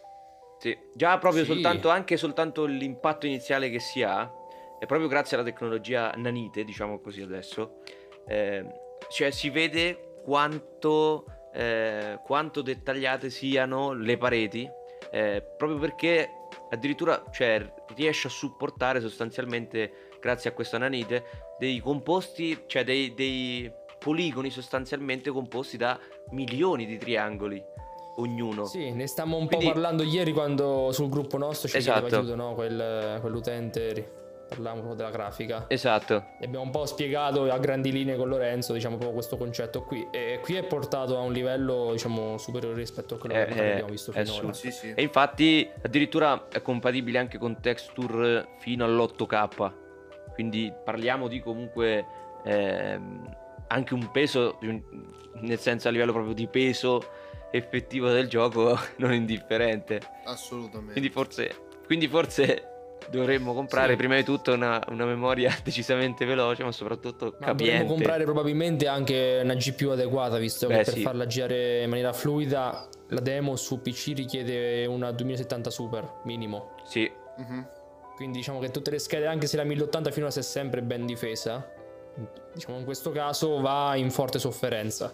Sì, già proprio sì. soltanto anche soltanto l'impatto iniziale che si ha è proprio grazie alla tecnologia nanite, diciamo così adesso. Eh, cioè si vede quanto eh, quanto dettagliate siano le pareti, eh, proprio perché addirittura, cioè, riesce a supportare sostanzialmente, grazie a questa nanite, dei composti, cioè dei, dei poligoni sostanzialmente composti da milioni di triangoli ognuno. Sì, ne stavamo un Quindi... po' parlando ieri quando sul gruppo nostro ci esatto. chiedeva aiuto, no? Quel, quell'utente, parlavamo proprio della grafica. Esatto. E abbiamo un po' spiegato a grandi linee con Lorenzo, diciamo, proprio questo concetto qui. E qui è portato a un livello, diciamo, superiore rispetto a quello eh, che abbiamo visto finora. Sì, sì. E infatti addirittura è compatibile anche con texture fino all'otto K. Quindi parliamo di comunque ehm, anche un peso, nel senso a livello proprio di peso effettivo del gioco non indifferente. Assolutamente. Quindi forse, quindi forse dovremmo comprare Sì. prima di tutto una, una memoria decisamente veloce, ma soprattutto Ma capiente. dovremmo comprare probabilmente anche una G P U adeguata, visto Beh, che per sì. farla girare in maniera fluida la demo su P C richiede una duemilasettanta Super minimo. Sì. Mhm. Quindi diciamo che tutte le schede, anche se la mille ottanta finora si è sempre ben difesa, diciamo in questo caso va in forte sofferenza.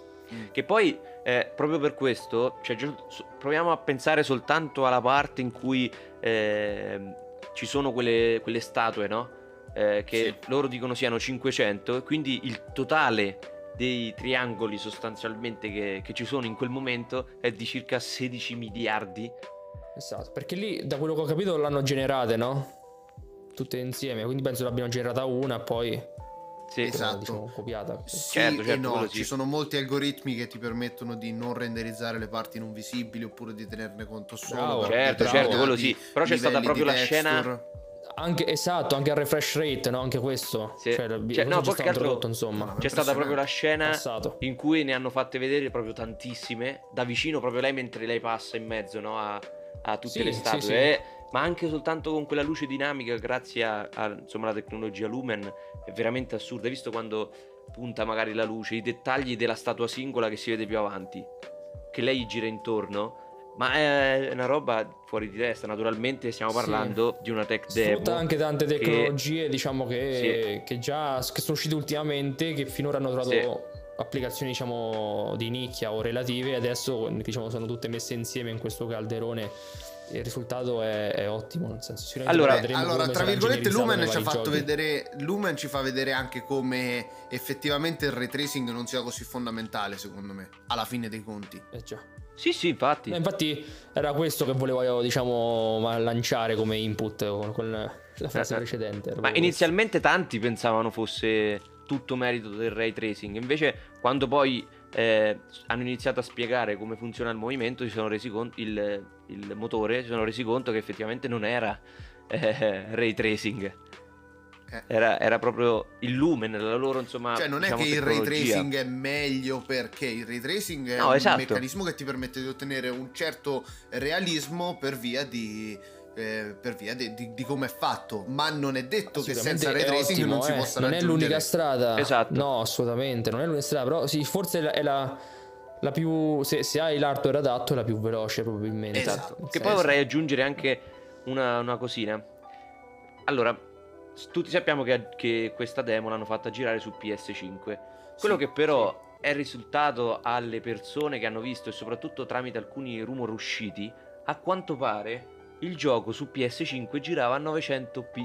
Che poi, eh, proprio per questo, cioè, giu- so- proviamo a pensare soltanto alla parte in cui ehm, ci sono quelle, quelle statue, no? Eh, che Sì. loro dicono siano cinquecento, e quindi il totale dei triangoli sostanzialmente che, che ci sono in quel momento è di circa sedici miliardi. Esatto, perché lì da quello che ho capito l'hanno generate, no? Tutte insieme, quindi penso l'abbiano generata una, poi Sì. Esatto. diciamo copiata. Sì Certo, e certo, no, quello sì. ci sono molti algoritmi che ti permettono di non renderizzare le parti non visibili oppure di tenerne conto solo Bravo. per Certo, determinati certo, quello sì. Però c'è stata livelli proprio di la scena- texture. Anche esatto, anche il refresh rate, no? Anche questo. Sì. Cioè, la- Cioè, questo no, già poi stato che altro- introdotto, insomma. No, no, C'è stata proprio la scena Passato. in cui ne hanno fatte vedere proprio tantissime da vicino, proprio lei mentre lei passa in mezzo, no, a, a tutte Sì, le sì, statue, sì. eh, ma anche soltanto con quella luce dinamica grazie a, a, insomma, la tecnologia Lumen è veramente assurda. Hai visto quando punta magari la luce, i dettagli della statua singola che si vede più avanti, che lei gira intorno, ma è una roba fuori di testa. Naturalmente stiamo Sì. parlando di una tech Sfrutta demo anche tante che- diciamo diciamo che, che già che sono uscite ultimamente, che finora hanno trovato Sì. applicazioni diciamo di nicchia o relative, e adesso diciamo sono tutte messe insieme in questo calderone. Il risultato è, è ottimo, nel senso sicuramente Allora- Beh, vedremo allora come tra sarà virgolette ingegnerizzato Lumen nei ci ha vari fatto giochi. vedere Lumen ci fa vedere anche come effettivamente il ray tracing non sia così fondamentale, secondo me, alla fine dei conti. Eh già. Sì, sì, infatti. Eh, infatti era questo che volevo diciamo ma- lanciare come input con, con la frase Eh, eh. precedente. era Ma proprio inizialmente tanti pensavano fosse tutto merito del ray tracing, invece quando poi eh, hanno iniziato a spiegare come funziona il movimento, si sono resi conto, il, il motore, si sono resi conto che effettivamente non era eh, ray tracing, Eh. era, era proprio il lumen, la loro insomma. Cioè non diciamo, è che il ray tecnologia. tracing è meglio, perché il ray tracing è No, un esatto. meccanismo che ti permette di ottenere un certo realismo per via di eh, per via di, di, di come è fatto, ma non è detto che Sicuramente senza ray è tracing ottimo, non si eh. possa Non è raggiungere. l'unica strada. Esatto. No, assolutamente, non è l'unica strada, però sì, forse è la, è la, la più se, se hai l'hardware adatto è la più veloce probabilmente. Esatto. Che Nel poi senso- vorrei aggiungere anche una, una cosina. Allora, s- tutti sappiamo che, che questa demo l'hanno fatta girare su P S cinque. Quello Sì, che però è risultato alle persone che hanno visto, e soprattutto tramite alcuni rumor usciti, a quanto pare il gioco su P S cinque girava a novecento p.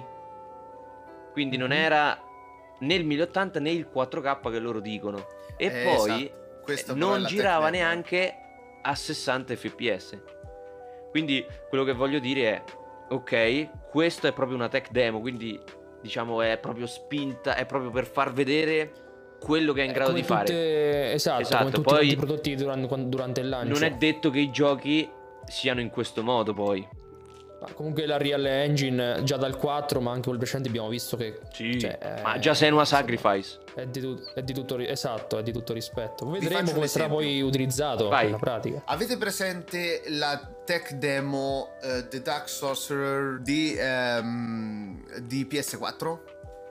Quindi non Mhm. era né il mille ottanta né il quattro K che loro dicono. E Eh, poi esatto. Questa eh, però è non la girava tech demo. neanche a sessanta F P S. Quindi quello che voglio dire è, ok, questo è proprio una tech demo, quindi diciamo è proprio spinta, è proprio per far vedere quello che è in Eh, grado come di fare. tutte- esatto, Esatto, come tutti poi- quanti i prodotti durante, quando- durante il lancio. Non è detto che i giochi siano in questo modo poi. Ma comunque la Real Engine già dal quattro, ma anche col precedente abbiamo visto che Sì, cioè, è- ma già Senua insomma, Sacrifice. è di, tu- è di tutto ri- esatto, è di tutto rispetto. faccio Vedremo un come sarà esempio. poi utilizzato Vai. nella pratica. Avete presente la tech demo eh, The Dark Sorcerer di, ehm, di P S quattro?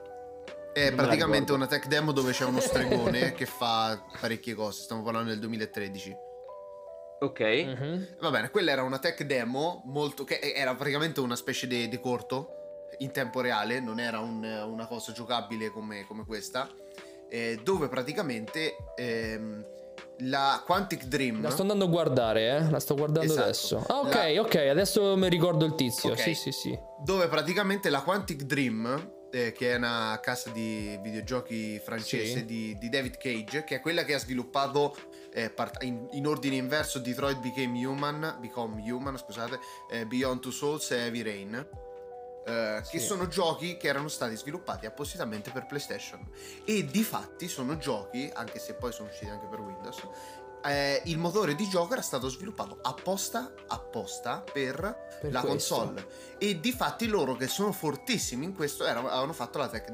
È Non me la praticamente ricordo. una tech demo dove c'è uno stregone che fa parecchie cose. Stiamo parlando del duemilatredici. Ok. Mhm. Va bene, quella era una tech demo molto, che era praticamente una specie di, di corto in tempo reale, non era un- una cosa giocabile come, come questa, eh, dove praticamente ehm, la Quantic Dream La sto andando a guardare, eh. La sto guardando Esatto. adesso. Ah, ok, La- ok, adesso mi ricordo il tizio. Ok. Sì, sì, sì. dove praticamente la Quantic Dream, eh, che è una casa di videogiochi francese Sì. di, di David Cage, che è quella che ha sviluppato eh, part- in, in ordine inverso Detroit Became Human, Become Human, scusate, eh, Beyond Two Souls e Heavy Rain, eh, che Sì. sono giochi che erano stati sviluppati appositamente per PlayStation, e di fatti sono giochi, anche se poi sono usciti anche per Windows, eh, il motore di gioco era stato sviluppato apposta apposta per, Per la questo. console, e di fatti loro, che sono fortissimi in questo, erano- avevano fatto la tech demo,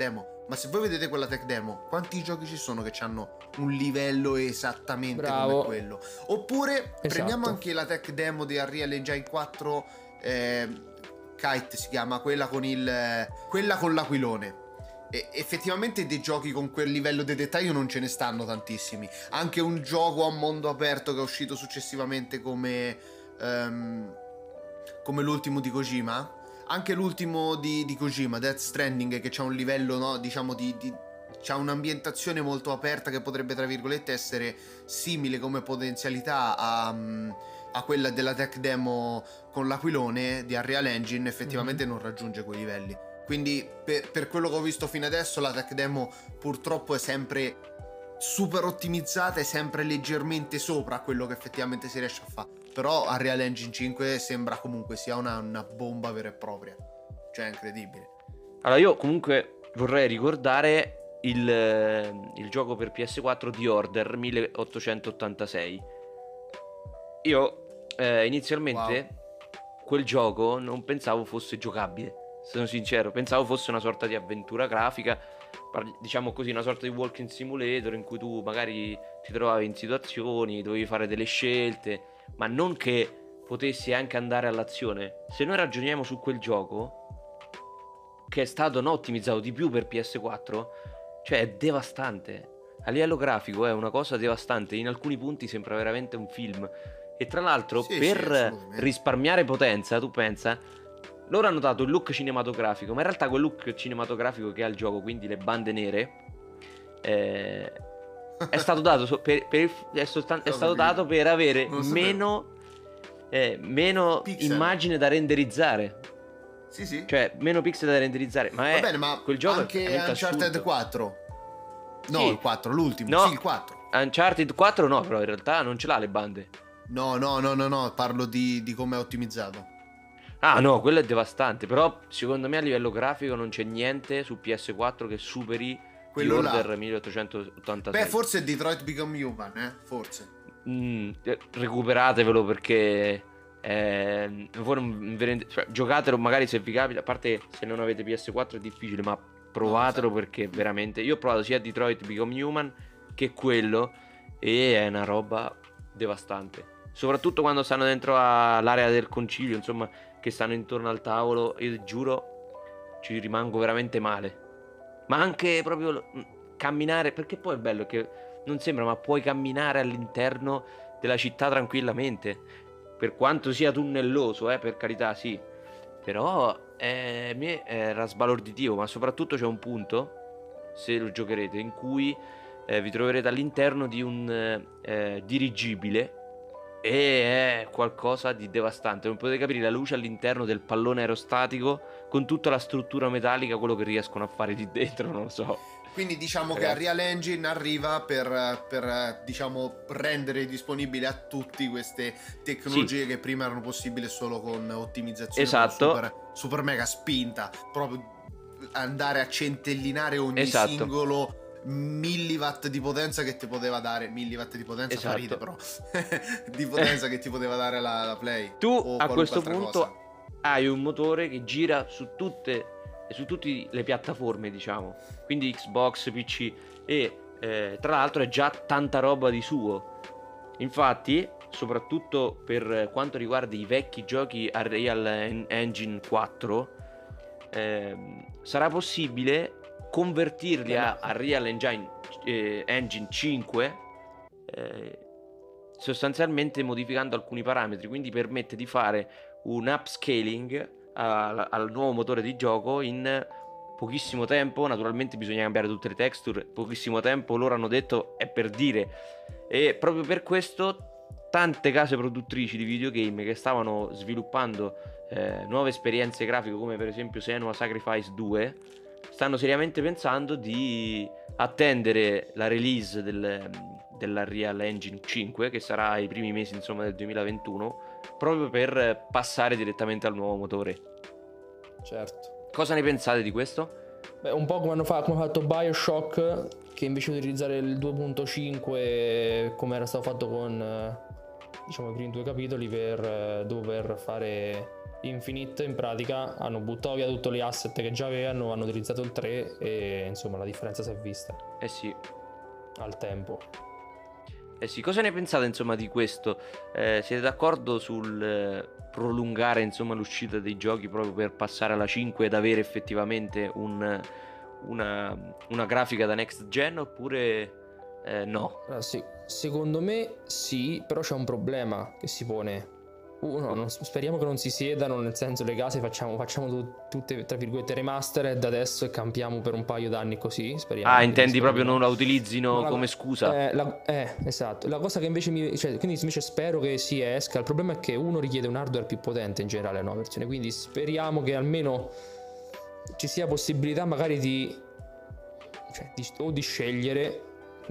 ma se voi vedete quella tech demo, quanti giochi ci sono che hanno un livello esattamente Bravo. come quello? Oppure Esatto. prendiamo anche la tech demo di Unreal Engine quattro, eh, Kite si chiama, quella con il quella con l'aquilone. E effettivamente dei giochi con quel livello di dettaglio non ce ne stanno tantissimi. Anche un gioco a mondo aperto che è uscito successivamente come um, come l'ultimo di Kojima, anche l'ultimo di, di Kojima, Death Stranding, che c'ha un livello, no, diciamo di, di c'ha un'ambientazione molto aperta che potrebbe tra virgolette essere simile come potenzialità a, a quella della tech demo con l'aquilone di Unreal Engine, effettivamente mm-hmm. non raggiunge quei livelli. Quindi per, per quello che ho visto fino adesso la tech demo purtroppo è sempre super ottimizzata, è sempre leggermente sopra quello che effettivamente si riesce a fare. Però Unreal Engine cinque sembra comunque sia una, una bomba vera e propria, cioè è incredibile. Allora io comunque vorrei ricordare il, il gioco per P S quattro The Order milleottocentottantasei. Io eh, inizialmente wow. quel gioco non pensavo fosse giocabile, sono sincero, pensavo fosse una sorta di avventura grafica, diciamo così, una sorta di walking simulator in cui tu magari ti trovavi in situazioni, dovevi fare delle scelte, ma non che potessi anche andare all'azione. Se noi ragioniamo su quel gioco, che è stato no, ottimizzato di più per P S quattro, cioè è devastante. A livello grafico è una cosa devastante, in alcuni punti sembra veramente un film. E tra l'altro sì, per sì, risparmiare potenza, tu pensa, loro hanno dato il look cinematografico, ma in realtà quel look cinematografico che ha il gioco, quindi le bande nere, eh, è stato dato so- per, per, è, sostan- è stato dato per avere meno, eh, meno immagine da renderizzare. Sì, sì. Cioè meno pixel da renderizzare. Ma è va bene, ma quel gioco anche è Uncharted assurdo. quattro. No, sì. il quattro, l'ultimo. No, sì, il quattro. Uncharted quattro no, però in realtà non ce l'ha le bande. No, no, no, no, no, parlo di, di come è ottimizzato. Ah no, quello è devastante. Però secondo me a livello grafico non c'è niente su P S quattro che superi quello The Order là. milleottocentottantasei. Beh, forse è Detroit Become Human, eh? Forse. Mm, recuperatevelo perché eh, voi non vi rende... cioè, giocatelo magari se vi capita. A parte se non avete P S quattro è difficile, ma provatelo no, perché veramente. Io ho provato sia Detroit Become Human che quello e è una roba devastante. Soprattutto quando stanno dentro all'area del concilio, insomma, che stanno intorno al tavolo, io giuro ci rimango veramente male. Ma anche proprio camminare, perché poi il bello è che non sembra, ma puoi camminare all'interno della città tranquillamente, per quanto sia tunnelloso, eh, per carità, sì, però eh, mi era sbalorditivo. Ma soprattutto c'è un punto, se lo giocherete, in cui eh, vi troverete all'interno di un eh, dirigibile e è qualcosa di devastante. Non potete capire la luce all'interno del pallone aerostatico con tutta la struttura metallica, quello che riescono a fare lì dentro, non lo so. Quindi diciamo Ragazzi. che Unreal Engine arriva per, per diciamo rendere disponibile a tutti queste tecnologie sì. che prima erano possibili solo con ottimizzazione esatto. super, super mega spinta, proprio andare a centellinare ogni esatto. singolo milliwatt di potenza che ti poteva dare milliwatt di potenza esatto. farite però di potenza che ti poteva dare la, la Play. Tu a questo punto cosa. hai un motore che gira su tutte su tutte le piattaforme, diciamo, quindi Xbox, P C e eh, tra l'altro è già tanta roba di suo. Infatti, soprattutto per quanto riguarda i vecchi giochi Unreal Engine quattro, eh, sarà possibile convertirli a Unreal Engine, eh, Engine cinque, eh, sostanzialmente modificando alcuni parametri, quindi permette di fare un upscaling al, al nuovo motore di gioco in pochissimo tempo. Naturalmente bisogna cambiare tutte le texture, pochissimo tempo, loro hanno detto, è per dire, e proprio per questo tante case produttrici di videogame che stavano sviluppando eh, nuove esperienze grafiche, come per esempio Senua Sacrifice due, stanno seriamente pensando di attendere la release del, della Unreal Engine cinque, che sarà i primi mesi insomma del duemilaventuno, proprio per passare direttamente al nuovo motore. Certo. Cosa ne pensate di questo? Beh, un po' come hanno fatto, come ha fatto BioShock, che invece di utilizzare il due punto cinque come era stato fatto con diciamo i primi due capitoli, per dover fare Infinite in pratica hanno buttato via tutti gli asset che già avevano, hanno utilizzato il tre e insomma la differenza si è vista. Eh sì. Al tempo. Eh sì, cosa ne pensate insomma di questo? Eh, siete d'accordo sul eh, prolungare insomma l'uscita dei giochi proprio per passare alla cinque ed avere effettivamente un, una, una grafica da next gen oppure eh, no? Allora, sì, secondo me sì, però c'è un problema che si pone. Uno, non, speriamo che non si siedano, nel senso le case facciamo, facciamo tu, tutte tra virgolette remastered adesso e campiamo per un paio d'anni così, speriamo. Ah, intendi proprio non la utilizzino la, come scusa? Eh, la, eh, esatto. La cosa che invece mi... Cioè, quindi invece spero che si esca. Il problema è che uno richiede un hardware più potente in generale la nuova versione, quindi speriamo che almeno ci sia possibilità magari di... Cioè, di o di scegliere...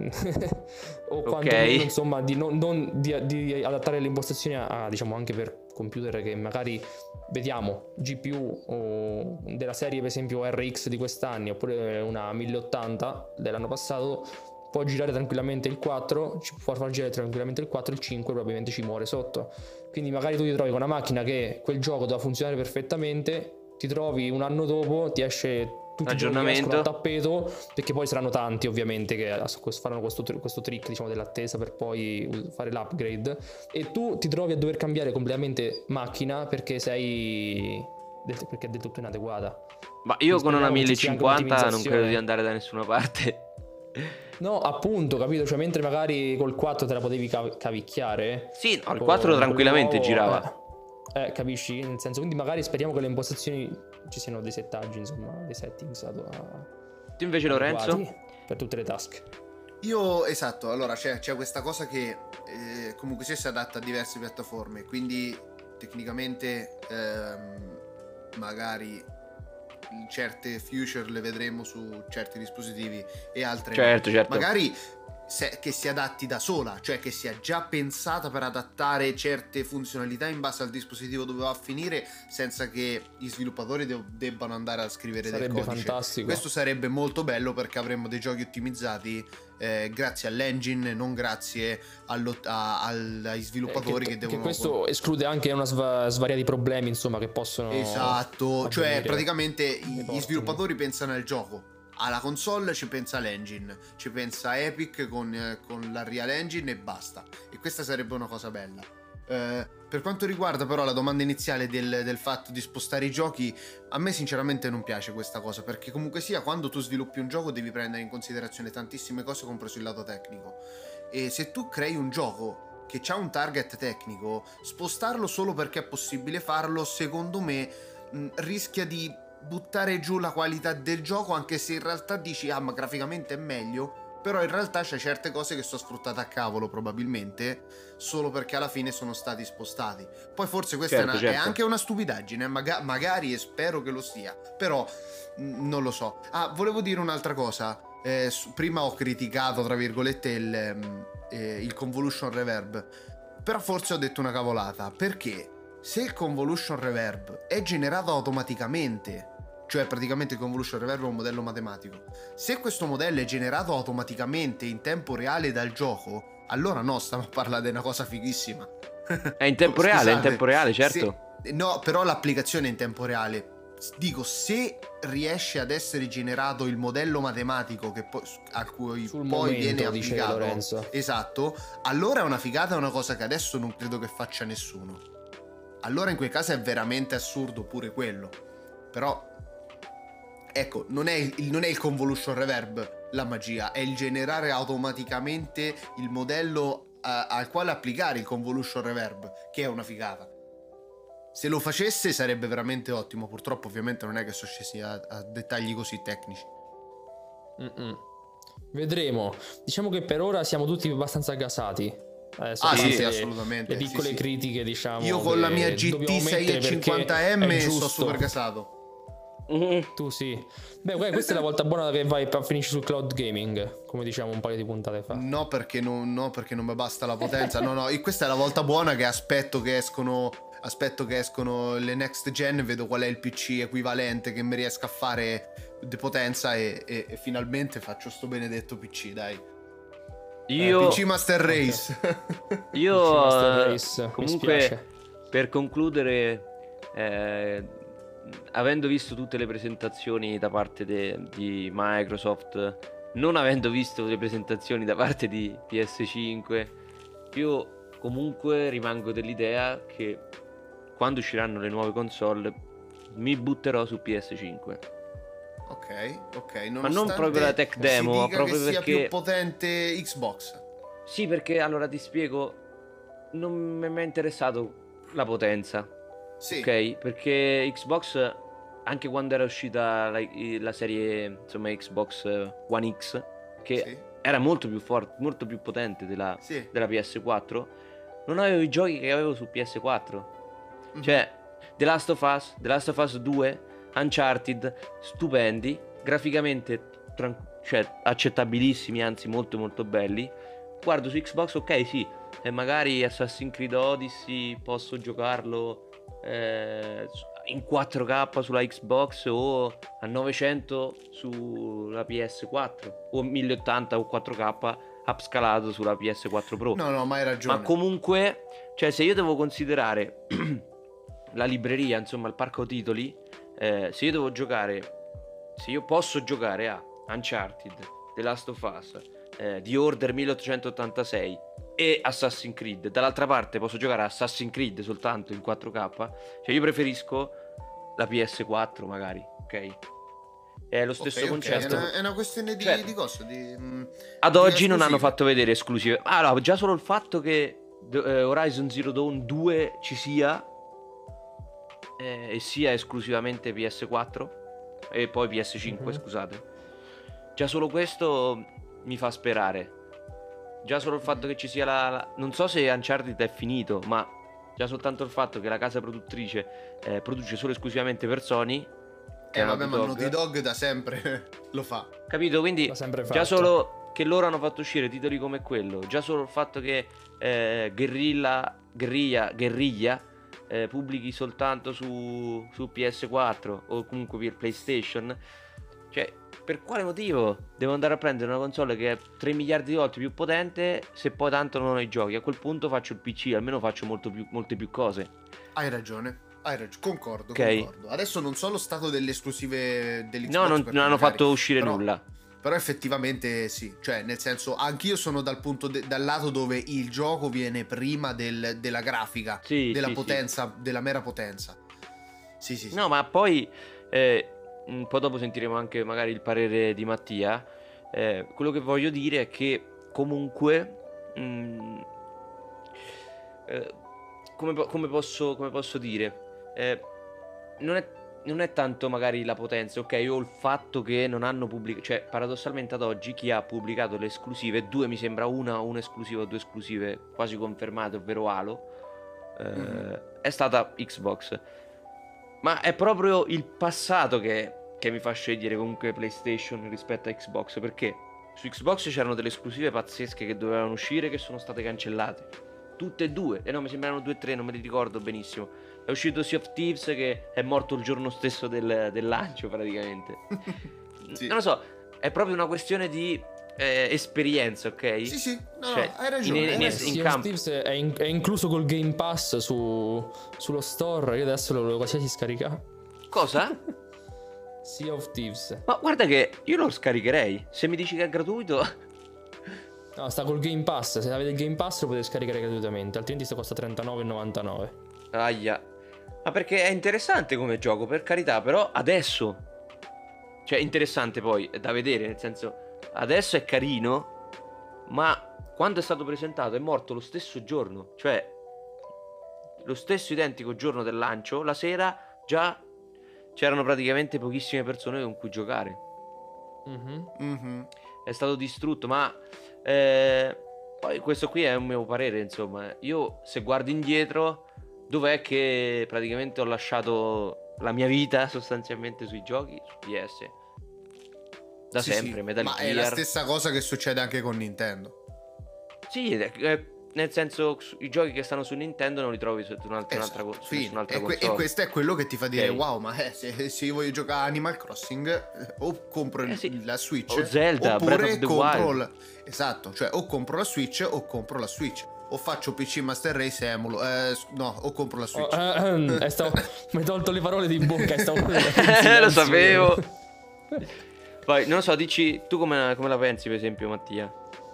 o Ok. quantomeno insomma di, non, non, di, di adattare le impostazioni a, a, diciamo anche per computer che magari vediamo G P U o della serie per esempio R X di quest'anni oppure una mille ottanta dell'anno passato può girare tranquillamente il quattro, ci può far girare tranquillamente il quattro, il cinque probabilmente ci muore sotto, quindi magari tu ti trovi con una macchina che quel gioco doveva funzionare perfettamente, ti trovi un anno dopo ti esce tutti aggiornamento a tappeto, perché poi saranno tanti ovviamente che faranno questo, questo trick diciamo dell'attesa per poi fare l'upgrade e tu ti trovi a dover cambiare completamente macchina perché sei perché è del tutto inadeguata. Ma io con una mille cinquanta non credo di un'ottimizzazione. andare da nessuna parte. No, appunto, capito? Cioè mentre magari col quattro te la potevi cav- cavicchiare. Sì, no, il con- quattro con tranquillamente nuovo, girava. Eh, eh, capisci? Nel senso, quindi magari speriamo che le impostazioni ci siano dei settaggi, insomma, dei settings a, Tu invece Lorenzo? adeguati per tutte le task. Io, esatto, allora c'è, c'è questa cosa che eh, comunque sia si adatta a diverse piattaforme, quindi tecnicamente ehm, magari certe feature le vedremo su certi dispositivi e altre Certo, no. certo. Magari se, che si adatti da sola, cioè che sia già pensata per adattare certe funzionalità in base al dispositivo dove va a finire senza che gli sviluppatori de- debbano andare a scrivere Sarebbe del codice. fantastico. Questo sarebbe molto bello perché avremmo dei giochi ottimizzati eh, grazie all'engine, non grazie allo, a, al, ai sviluppatori Eh, che, che, devono... che questo esclude anche una sva- svariati problemi, insomma, che possono Esatto, cioè avvenire praticamente nei i- gli porting. sviluppatori pensano al gioco. Alla console ci pensa l'engine, ci pensa Epic con, eh, con l'Unreal Engine e basta. E questa sarebbe una cosa bella. Eh, per quanto riguarda però la domanda iniziale del, del fatto di spostare i giochi, a me sinceramente non piace questa cosa, perché comunque sia quando tu sviluppi un gioco devi prendere in considerazione tantissime cose, compreso il lato tecnico. E se tu crei un gioco che ha un target tecnico, spostarlo solo perché è possibile farlo, secondo me mh, rischia di buttare giù la qualità del gioco, anche se in realtà dici ah ma graficamente è meglio, però in realtà c'è certe cose che sono sfruttate a cavolo probabilmente solo perché alla fine sono stati spostati. Poi forse questa Certo, è, una, certo. è anche una stupidaggine, maga- magari e spero che lo sia, però mh, non lo so. Ah, volevo dire un'altra cosa. Eh, su- prima ho criticato tra virgolette il, ehm, eh, il convolution reverb, però forse ho detto una cavolata, perché se il convolution reverb è generato automaticamente, cioè praticamente il convolution reverb è un modello matematico, se questo modello è generato automaticamente in tempo reale dal gioco, allora no, stiamo a parlare di una cosa fighissima. È in tempo reale, è in Scusate, tempo reale, certo. se- no, però l'applicazione è in tempo reale. Dico, se riesce ad essere generato il modello matematico che poi, a cui Sul poi momento, viene dice applicato, Lorenzo. esatto, allora è una figata, è una cosa che adesso non credo che faccia nessuno. Allora in quel caso è veramente assurdo pure quello. Però ecco, non è il, non è il convolution reverb la magia, è il generare automaticamente il modello a- al quale applicare il convolution reverb, che è una figata. Se lo facesse sarebbe veramente ottimo. Purtroppo ovviamente non è che sono scesi a, a dettagli così tecnici. Mm-mm. Vedremo. Diciamo che per ora siamo tutti abbastanza gasati. Adesso, Ah a sì, parte sì, le- assolutamente. Le piccole sì, sì. critiche, diciamo. Io con che la mia G dobbiamo T mettere perché seicentocinquanta M è sto giusto. super gasato. Mhm. Tu sì. Beh, guarda, questa è la volta buona che vai a finisci sul cloud gaming, come diciamo un paio di puntate fa. No, perché non, no, perché non mi basta la potenza. No, no, e questa è la volta buona che aspetto che escono. Aspetto che escono le next gen, vedo qual è il P C equivalente che mi riesca a fare di potenza e, e, e finalmente faccio sto benedetto P C, dai. Io, P C Master Race. io P C Master eh, Race, mi comunque spiace. per concludere eh, avendo visto tutte le presentazioni da parte de- di Microsoft, non avendo visto le presentazioni da parte di P S cinque, io comunque rimango dell'idea che quando usciranno le nuove console mi butterò su P S cinque. Ok, ok. Ma non proprio la tech demo, si dica proprio che sia perché più potente Xbox. Sì, perché allora ti spiego, non mi è mai interessato la potenza. Sì. Ok, perché Xbox, anche quando era uscita la, la serie, insomma, Xbox One X, che Sì. era molto più forte, molto più potente della, Sì. della P S quattro, non avevo i giochi che avevo su P S quattro. Mhm. Cioè, The Last of Us, The Last of Us due, Uncharted, stupendi, graficamente tran- cioè, accettabilissimi, anzi molto molto belli. Guardo su Xbox, ok, sì, e magari Assassin's Creed Odyssey posso giocarlo eh, in quattro K sulla Xbox o a novecento sulla P S quattro o mille ottanta o quattro K upscalato sulla P S quattro Pro. No, no, ma hai ragione. Ma comunque, cioè, se io devo considerare la libreria, insomma, il parco titoli, eh, se io devo giocare, se io posso giocare a Uncharted, The Last of Us, eh, The Order milleottocentottantasei e Assassin's Creed, dall'altra parte posso giocare a Assassin's Creed soltanto in quattro K, cioè io preferisco la P S quattro magari, ok? È lo stesso Ok, ok, concetto. È, una, è una questione di, Cioè, di cosa? Di, mh, ad di oggi non hanno esclusive. fatto vedere esclusive. Ah, no, già solo il fatto che eh, Horizon Zero Dawn due ci sia eh, e sia esclusivamente P S quattro e poi P S cinque, Mhm. scusate. Già solo questo mi fa sperare. Già solo il fatto che ci sia la, la- non so se Uncharted è finito, ma già soltanto il fatto che la casa produttrice eh, produce solo esclusivamente per Sony, che Eh è vabbè, Naughty ma Dog. Naughty Dog da sempre lo fa. Capito? Quindi L'ha sempre già fatto. solo che loro hanno fatto uscire titoli come quello, già solo il fatto che eh, Guerrilla, Guerriglia, Guerriglia eh, pubblichi soltanto su, su P S quattro o comunque per PlayStation, cioè per quale motivo devo andare a prendere una console che è tre miliardi di volte più potente se poi tanto non ho i giochi? A quel punto faccio il P C, almeno faccio molto più, molte più cose. Hai ragione. Hai ragione. Concordo, Ok. concordo. Adesso non so lo stato delle esclusive dell'Xbox. No, non, perché non hanno magari- fatto uscire però- nulla. Però effettivamente sì, cioè nel senso anch'io sono dal punto de- dal lato dove il gioco viene prima del- della grafica, Sì, della sì, sì. potenza, della mera potenza. Sì, sì, sì. No, ma poi eh, un po' dopo sentiremo anche magari il parere di Mattia. Eh, quello che voglio dire è che comunque mm, eh, come, po- come posso, come posso dire, Eh, non è, non è tanto magari la potenza, ok, o il fatto che non hanno pubblicato, cioè paradossalmente ad oggi chi ha pubblicato le esclusive, due mi sembra, una, una esclusiva o due esclusive quasi confermate, ovvero Halo, eh, Mhm. è stata Xbox. Ma è proprio il passato che, che mi fa scegliere comunque PlayStation rispetto a Xbox, perché su Xbox c'erano delle esclusive pazzesche che dovevano uscire che sono state cancellate. Tutte e due, e no, mi sembrano due o tre, non me li ricordo benissimo. È uscito Sea of Thieves che è morto il giorno stesso del, del lancio praticamente. Sì. Non lo so, è proprio una questione di eh, esperienza, ok? Sì, sì, no, Cioè, no, hai ragione. in- hai in- ragione. in Sea campo. of Thieves è, in- è incluso col Game Pass su, sullo store. Io adesso lo volevo quasi scaricare. Cosa? Sea of Thieves. Ma guarda che io lo scaricherei. Se mi dici che è gratuito... No, sta col Game Pass. Se avete il Game Pass lo potete scaricare gratuitamente. Altrimenti sta costa trentanove e novantanove. Aia. Ma perché è interessante come gioco, per carità, però adesso. Cioè, interessante poi, è da vedere, nel senso, adesso è carino, ma quando è stato presentato è morto lo stesso giorno. Cioè, lo stesso identico giorno del lancio, la sera già c'erano praticamente pochissime persone con cui giocare. Mhm. Mhm. È stato distrutto, ma eh, poi questo qui è un mio parere, insomma. Io se guardo indietro, dov'è che praticamente ho lasciato la mia vita sostanzialmente sui giochi? Su P S. Da Sì, sempre, sì, Metal ma Gear. è la stessa cosa che succede anche con Nintendo. Sì, eh, eh, nel senso, su- i giochi che stanno su Nintendo non li trovi su un'altra, un'altra, co- Esatto, su fine. nessun'altra E, que- e console. questo è quello che ti fa dire Ok. wow, ma eh, se, se io voglio giocare a Animal Crossing eh, o compro il- Eh sì. la Switch O Zelda, oppure Breath of the compro Wild. la- esatto, cioè o compro la Switch o compro la Switch o faccio P C Master Race e emulo. Eh, no, o compro la Switch. Oh, eh, eh, stavo... mi hai tolto le parole di bocca. Stavo... eh, lo sapevo. Poi, non lo so, dici tu come, come la pensi, per esempio, Mattia?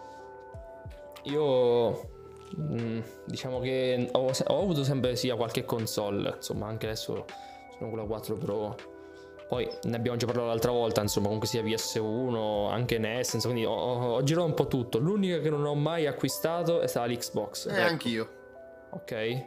Io mh, diciamo che ho, ho avuto sempre sia qualche console, insomma, anche adesso sono con la quattro Pro. Poi ne abbiamo già parlato l'altra volta, insomma, comunque sia P S uno, anche N E S, insomma, quindi ho, ho girato un po' tutto. L'unica che non ho mai acquistato è stata l'Xbox. Eh, ecco. Anch'io. Ok.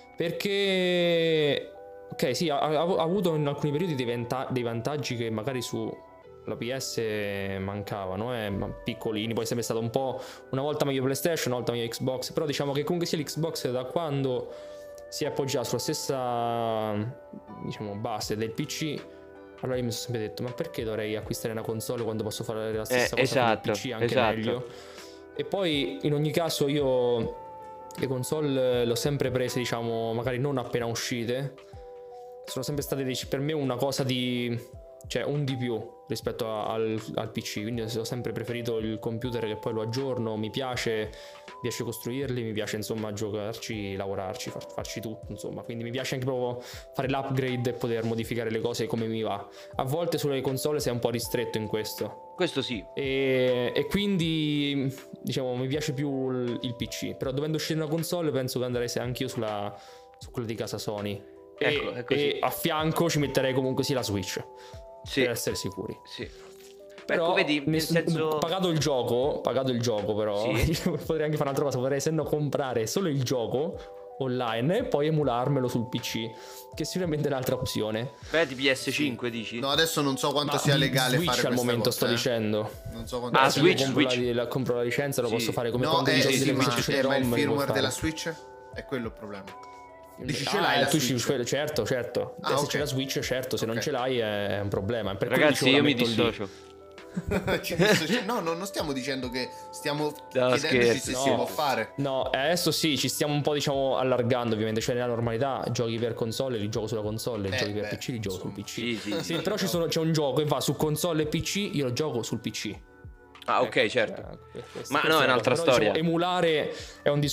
Perché ok, sì, ha, ha, ha avuto in alcuni periodi dei, vanta- dei vantaggi che magari su la P S mancavano, eh, ma piccolini. Poi è sempre stato un po' una volta meglio PlayStation, una volta meglio Xbox. Però diciamo che comunque sia l'Xbox, da quando si è appoggiata sulla stessa, diciamo, base del P C, allora io mi sono sempre detto: ma perché dovrei acquistare una console quando posso fare la stessa eh, cosa esatto, con il P C, anche esatto. meglio? E poi in ogni caso io le console le ho sempre prese, diciamo, magari non appena uscite. Sono sempre state, per me, una cosa di, cioè un di più rispetto a, al, al P C. Quindi ho sempre preferito il computer, che poi lo aggiorno, mi piace, mi piace costruirli, mi piace insomma giocarci, lavorarci, far, farci tutto, insomma. Quindi mi piace anche proprio fare l'upgrade e poter modificare le cose come mi va. A volte sulle console sei un po' ristretto in questo. Questo sì. E, e quindi diciamo mi piace più il, il P C. Però dovendo uscire una console penso che andrei anch'io sulla, su quella di casa Sony. Ecco, E, ecco, e sì. a fianco ci metterei comunque sì la Switch, Sì. per essere sicuri. Sì. Però ecco, vedi, nel ness- senso... pagato il gioco, pagato il gioco però, Sì. potrei anche fare un'altra cosa, potrei se no comprare solo il gioco online e poi emularmelo sul P C, che sicuramente è un'altra opzione. Beh, di P S cinque dici? No, adesso non so quanto Ma sia di legale Switch fare al questa momento cosa, sto eh. dicendo. Non so quanto Ah, sia Switch, legale. compro, Switch. La, la, compro la licenza, lo Sì. posso fare come No, quando eh, dici sì, delle ma, modifiche eh, ma il ROM, li puoi firmware fare. della Switch è quello il problema. Dici Ah, ce l'hai la tu Switch? ci- certo, certo. Ah, Eh, se ok. c'è la Switch, certo, se Ok. non ce l'hai è, è un problema. Per quello Ragazzi, dicevo, io la mi metto lì. dissocio. Ci dissoci- no, no, non stiamo dicendo che stiamo No, chiedendoci scherzo. se No. si può fare. No, eh, adesso sì, ci stiamo un po', diciamo, allargando, ovviamente. Cioè, nella normalità, giochi per console, li gioco sulla console, Eh, giochi per beh, P C, li gioco sul insomma. P C. Sì, sì, Sì, sì. però ci sono, c'è un gioco che va su console e P C, io lo gioco sul P C. Ah, ok, Ecco, certo. cioè, questa- Ma questa no, è la un'altra cosa. Però, storia. diciamo, emulare è un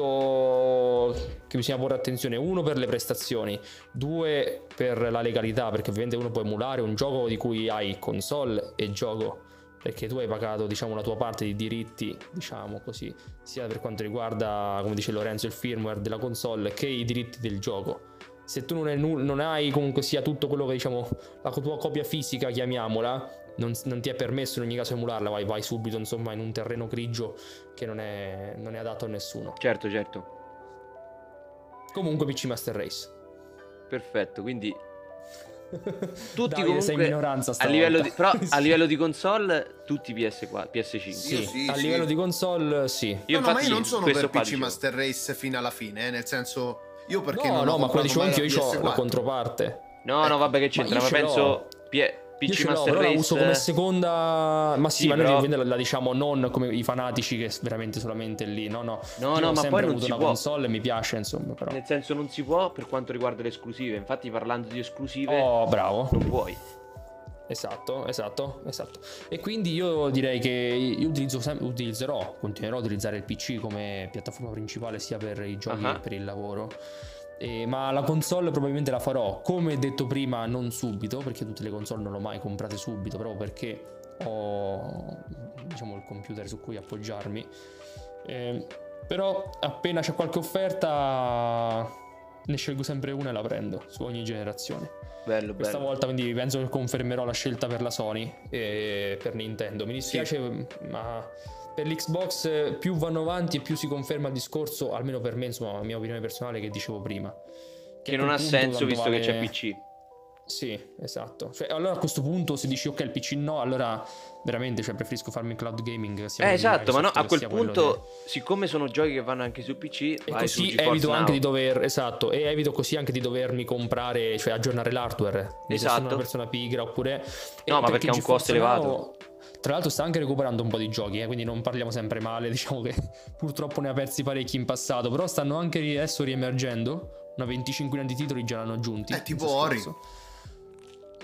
discorso che bisogna porre attenzione. Uno, per le prestazioni. Due, per la legalità, perché ovviamente uno può emulare un gioco di cui hai console e gioco, perché tu hai pagato, diciamo, la tua parte di diritti, diciamo così, sia per quanto riguarda, come dice Lorenzo, il firmware della console, che i diritti del gioco. Se tu non, è nu- non hai comunque sia tutto quello che, diciamo, la tua copia fisica, chiamiamola, non, non ti è permesso in ogni caso emularla, vai, vai subito insomma in un terreno grigio che non è, non è adatto a nessuno. Certo, certo. Comunque P C Master Race. Perfetto, quindi tutti Davide, comunque sei in minoranza a stavolta. livello di, però a Sì. livello di console tutti P S quattro, P S cinque. Sì, Io sì, a sì. livello di console sì. Io no, no, ma infatti io non sono questo per qua P C dicevo. Master Race fino alla fine, eh, nel senso io perché No, non ho no, ma comprato come dicevo mai anche io, io ho P S la quattro. controparte. No, no, vabbè che c'entra, Ma ma, io ce penso l'ho. P- PC Io ce l'ho, Master però la Race uso come seconda. Ma sì, Sì, ma noi però- ovviamente la, la diciamo non come i fanatici che veramente solamente lì. No, no. No, Io no, ho ma sempre poi non avuto si una può. console e mi piace, insomma, però. Nel senso non si può per quanto riguarda le esclusive. Infatti parlando di esclusive Oh, bravo. non puoi. Esatto, esatto, esatto. E quindi io direi che io utilizzo sem- utilizzerò, continuerò a utilizzare il P C come piattaforma principale sia per i giochi Ah. che per il lavoro. Eh, ma la console probabilmente la farò, come detto prima, non subito, perché tutte le console non le ho mai comprate subito, proprio perché ho, diciamo, il computer su cui appoggiarmi. Eh, però appena c'è qualche offerta ne scelgo sempre una e la prendo su ogni generazione. Bello, Questa bello. volta quindi penso che confermerò la scelta per la Sony e per Nintendo. Mi dispiace, ma per l'Xbox più vanno avanti e più si conferma il discorso, almeno per me, insomma, la mia opinione personale che dicevo prima. Che a non quel ha punto senso tanto visto vale- che c'è P C. Sì, esatto. Cioè, allora a questo punto se dici ok il P C no, allora veramente, cioè, preferisco farmi cloud gaming. sia Eh quello di esatto, ma no, Microsoft a che quel sia quello punto, siccome sono giochi che vanno anche su P C, E vai su così GeForce evito anche Now. di dover, esatto, e evito così anche di dovermi comprare, cioè aggiornare l'hardware. Quindi se sono Esatto. una persona pigra oppure... No, e ma perché ha un GeForce costo elevato. Now, tra l'altro sta anche recuperando un po' di giochi, eh, quindi non parliamo sempre male, diciamo che purtroppo ne ha persi parecchi in passato, però stanno anche ri- adesso riemergendo, una venticinquina di titoli già l'hanno aggiunti. Eh, tipo questo Ori. scorso.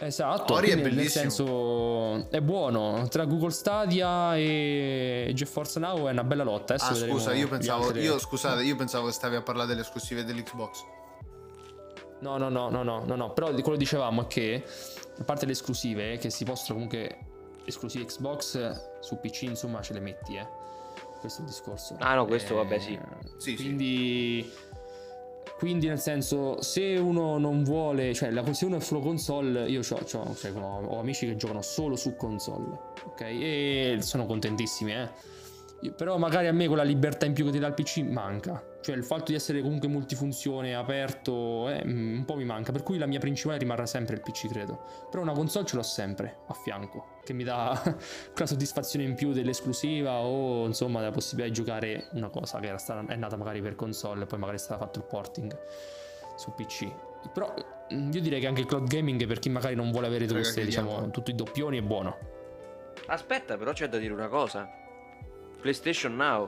Esatto, Ori è quindi nel bellissimo. senso è buono. Tra Google Stadia e GeForce Now è una bella lotta. Adesso Ah, scusa, vedremo io gli pensavo, altri- io, scusate, io pensavo che stavi a parlare delle esclusive dell'Xbox. No, no, no, no, no, no, no. Però di quello dicevamo è che, a parte le esclusive, che si possono comunque, esclusive Xbox su P C, insomma, ce le metti, eh. Questo è il discorso. Ah, no, questo, Eh, vabbè, sì. Sì, sì. quindi, quindi nel senso, se uno non vuole, cioè, la, se uno è solo console, io c'ho, c'ho, cioè, ho, ho amici che giocano solo su console, ok? E sono contentissimi, eh. Io- Però magari a me quella libertà in più che ti dà il P C manca. Cioè il fatto di essere comunque multifunzione, aperto, eh, mm, un po' mi manca. Per cui la mia principale rimarrà sempre il P C, credo. Però una console ce l'ho sempre a fianco, che mi dà quella soddisfazione in più dell'esclusiva o insomma della possibilità di giocare una cosa che era stata, è nata magari per console e poi magari è stato fatto il porting su P C. Però mm, io direi che anche il cloud gaming per chi magari non vuole avere tutte Raga, queste, chiediamo. diciamo, tutti i doppioni è buono. Aspetta, però c'è da dire una cosa. PlayStation Now.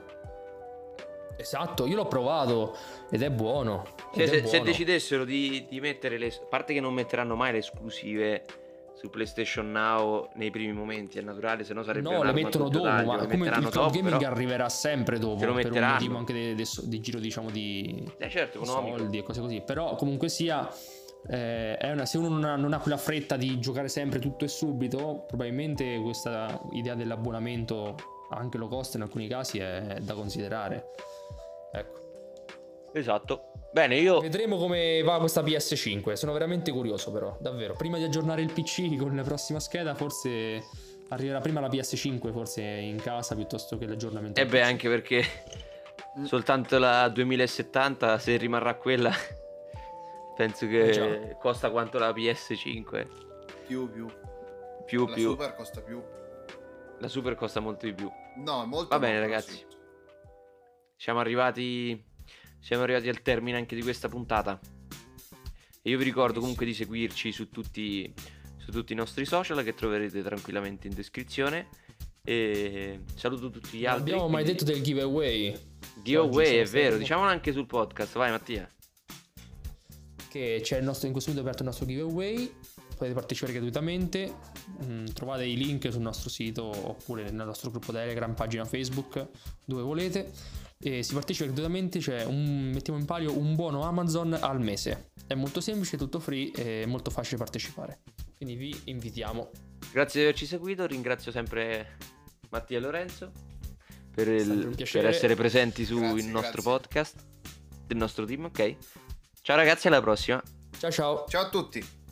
Esatto, io l'ho provato ed è buono. Cioè, ed è se, se buono. decidessero di, di mettere le... A parte che non metteranno mai le esclusive su PlayStation Now nei primi momenti, è naturale, se no sarebbe No, un le mettono dopo, taglio, ma le come metteranno il cloud dopo, gaming però... arriverà sempre dopo Te lo per un metteranno. motivo anche di, di- di giro, diciamo, di Eh certo, economico. soldi e cose così. Però comunque sia eh, è una, se uno non ha, non ha quella fretta di giocare sempre tutto e subito, probabilmente questa idea dell'abbonamento anche low cost in alcuni casi è da considerare. Ecco. Esatto. Bene, io... Vedremo come va questa P S cinque. Sono veramente curioso, però, davvero. Prima di aggiornare il P C con la prossima scheda, forse arriverà prima la P S cinque, forse in casa piuttosto che l'aggiornamento. E al beh, P C. anche perché soltanto la duemilasettanta, se rimarrà quella, penso che Eh già. costa quanto la P S cinque. Più, più. Più, La più. Super costa più. La Super costa molto di più. No, è molto. Va bene, no, ragazzi. sì. Siamo arrivati Siamo arrivati al termine anche di questa puntata. E io vi ricordo comunque di seguirci su tutti su tutti i nostri social che troverete tranquillamente in descrizione. E saluto tutti gli Non altri. abbiamo mai quindi- detto del giveaway. Giveaway, Oggi è siamo vero, stati- diciamolo anche sul podcast. Vai Mattia. Che c'è il nostro, in questo momento è aperto il nostro giveaway. Potete partecipare gratuitamente. Mm, trovate i link sul nostro sito oppure nel nostro gruppo Telegram, pagina Facebook, dove volete. E si partecipa gratuitamente, cioè un- mettiamo in palio un buono Amazon al mese. È molto semplice, tutto free e è molto facile partecipare. Quindi vi invitiamo. Grazie di averci seguito. Ringrazio sempre Mattia e Lorenzo per, il- Sempre un per piacere. essere presenti sul Grazie, nostro grazie. podcast del nostro team. Ok. Ciao ragazzi, alla prossima. Ciao ciao. Ciao a tutti.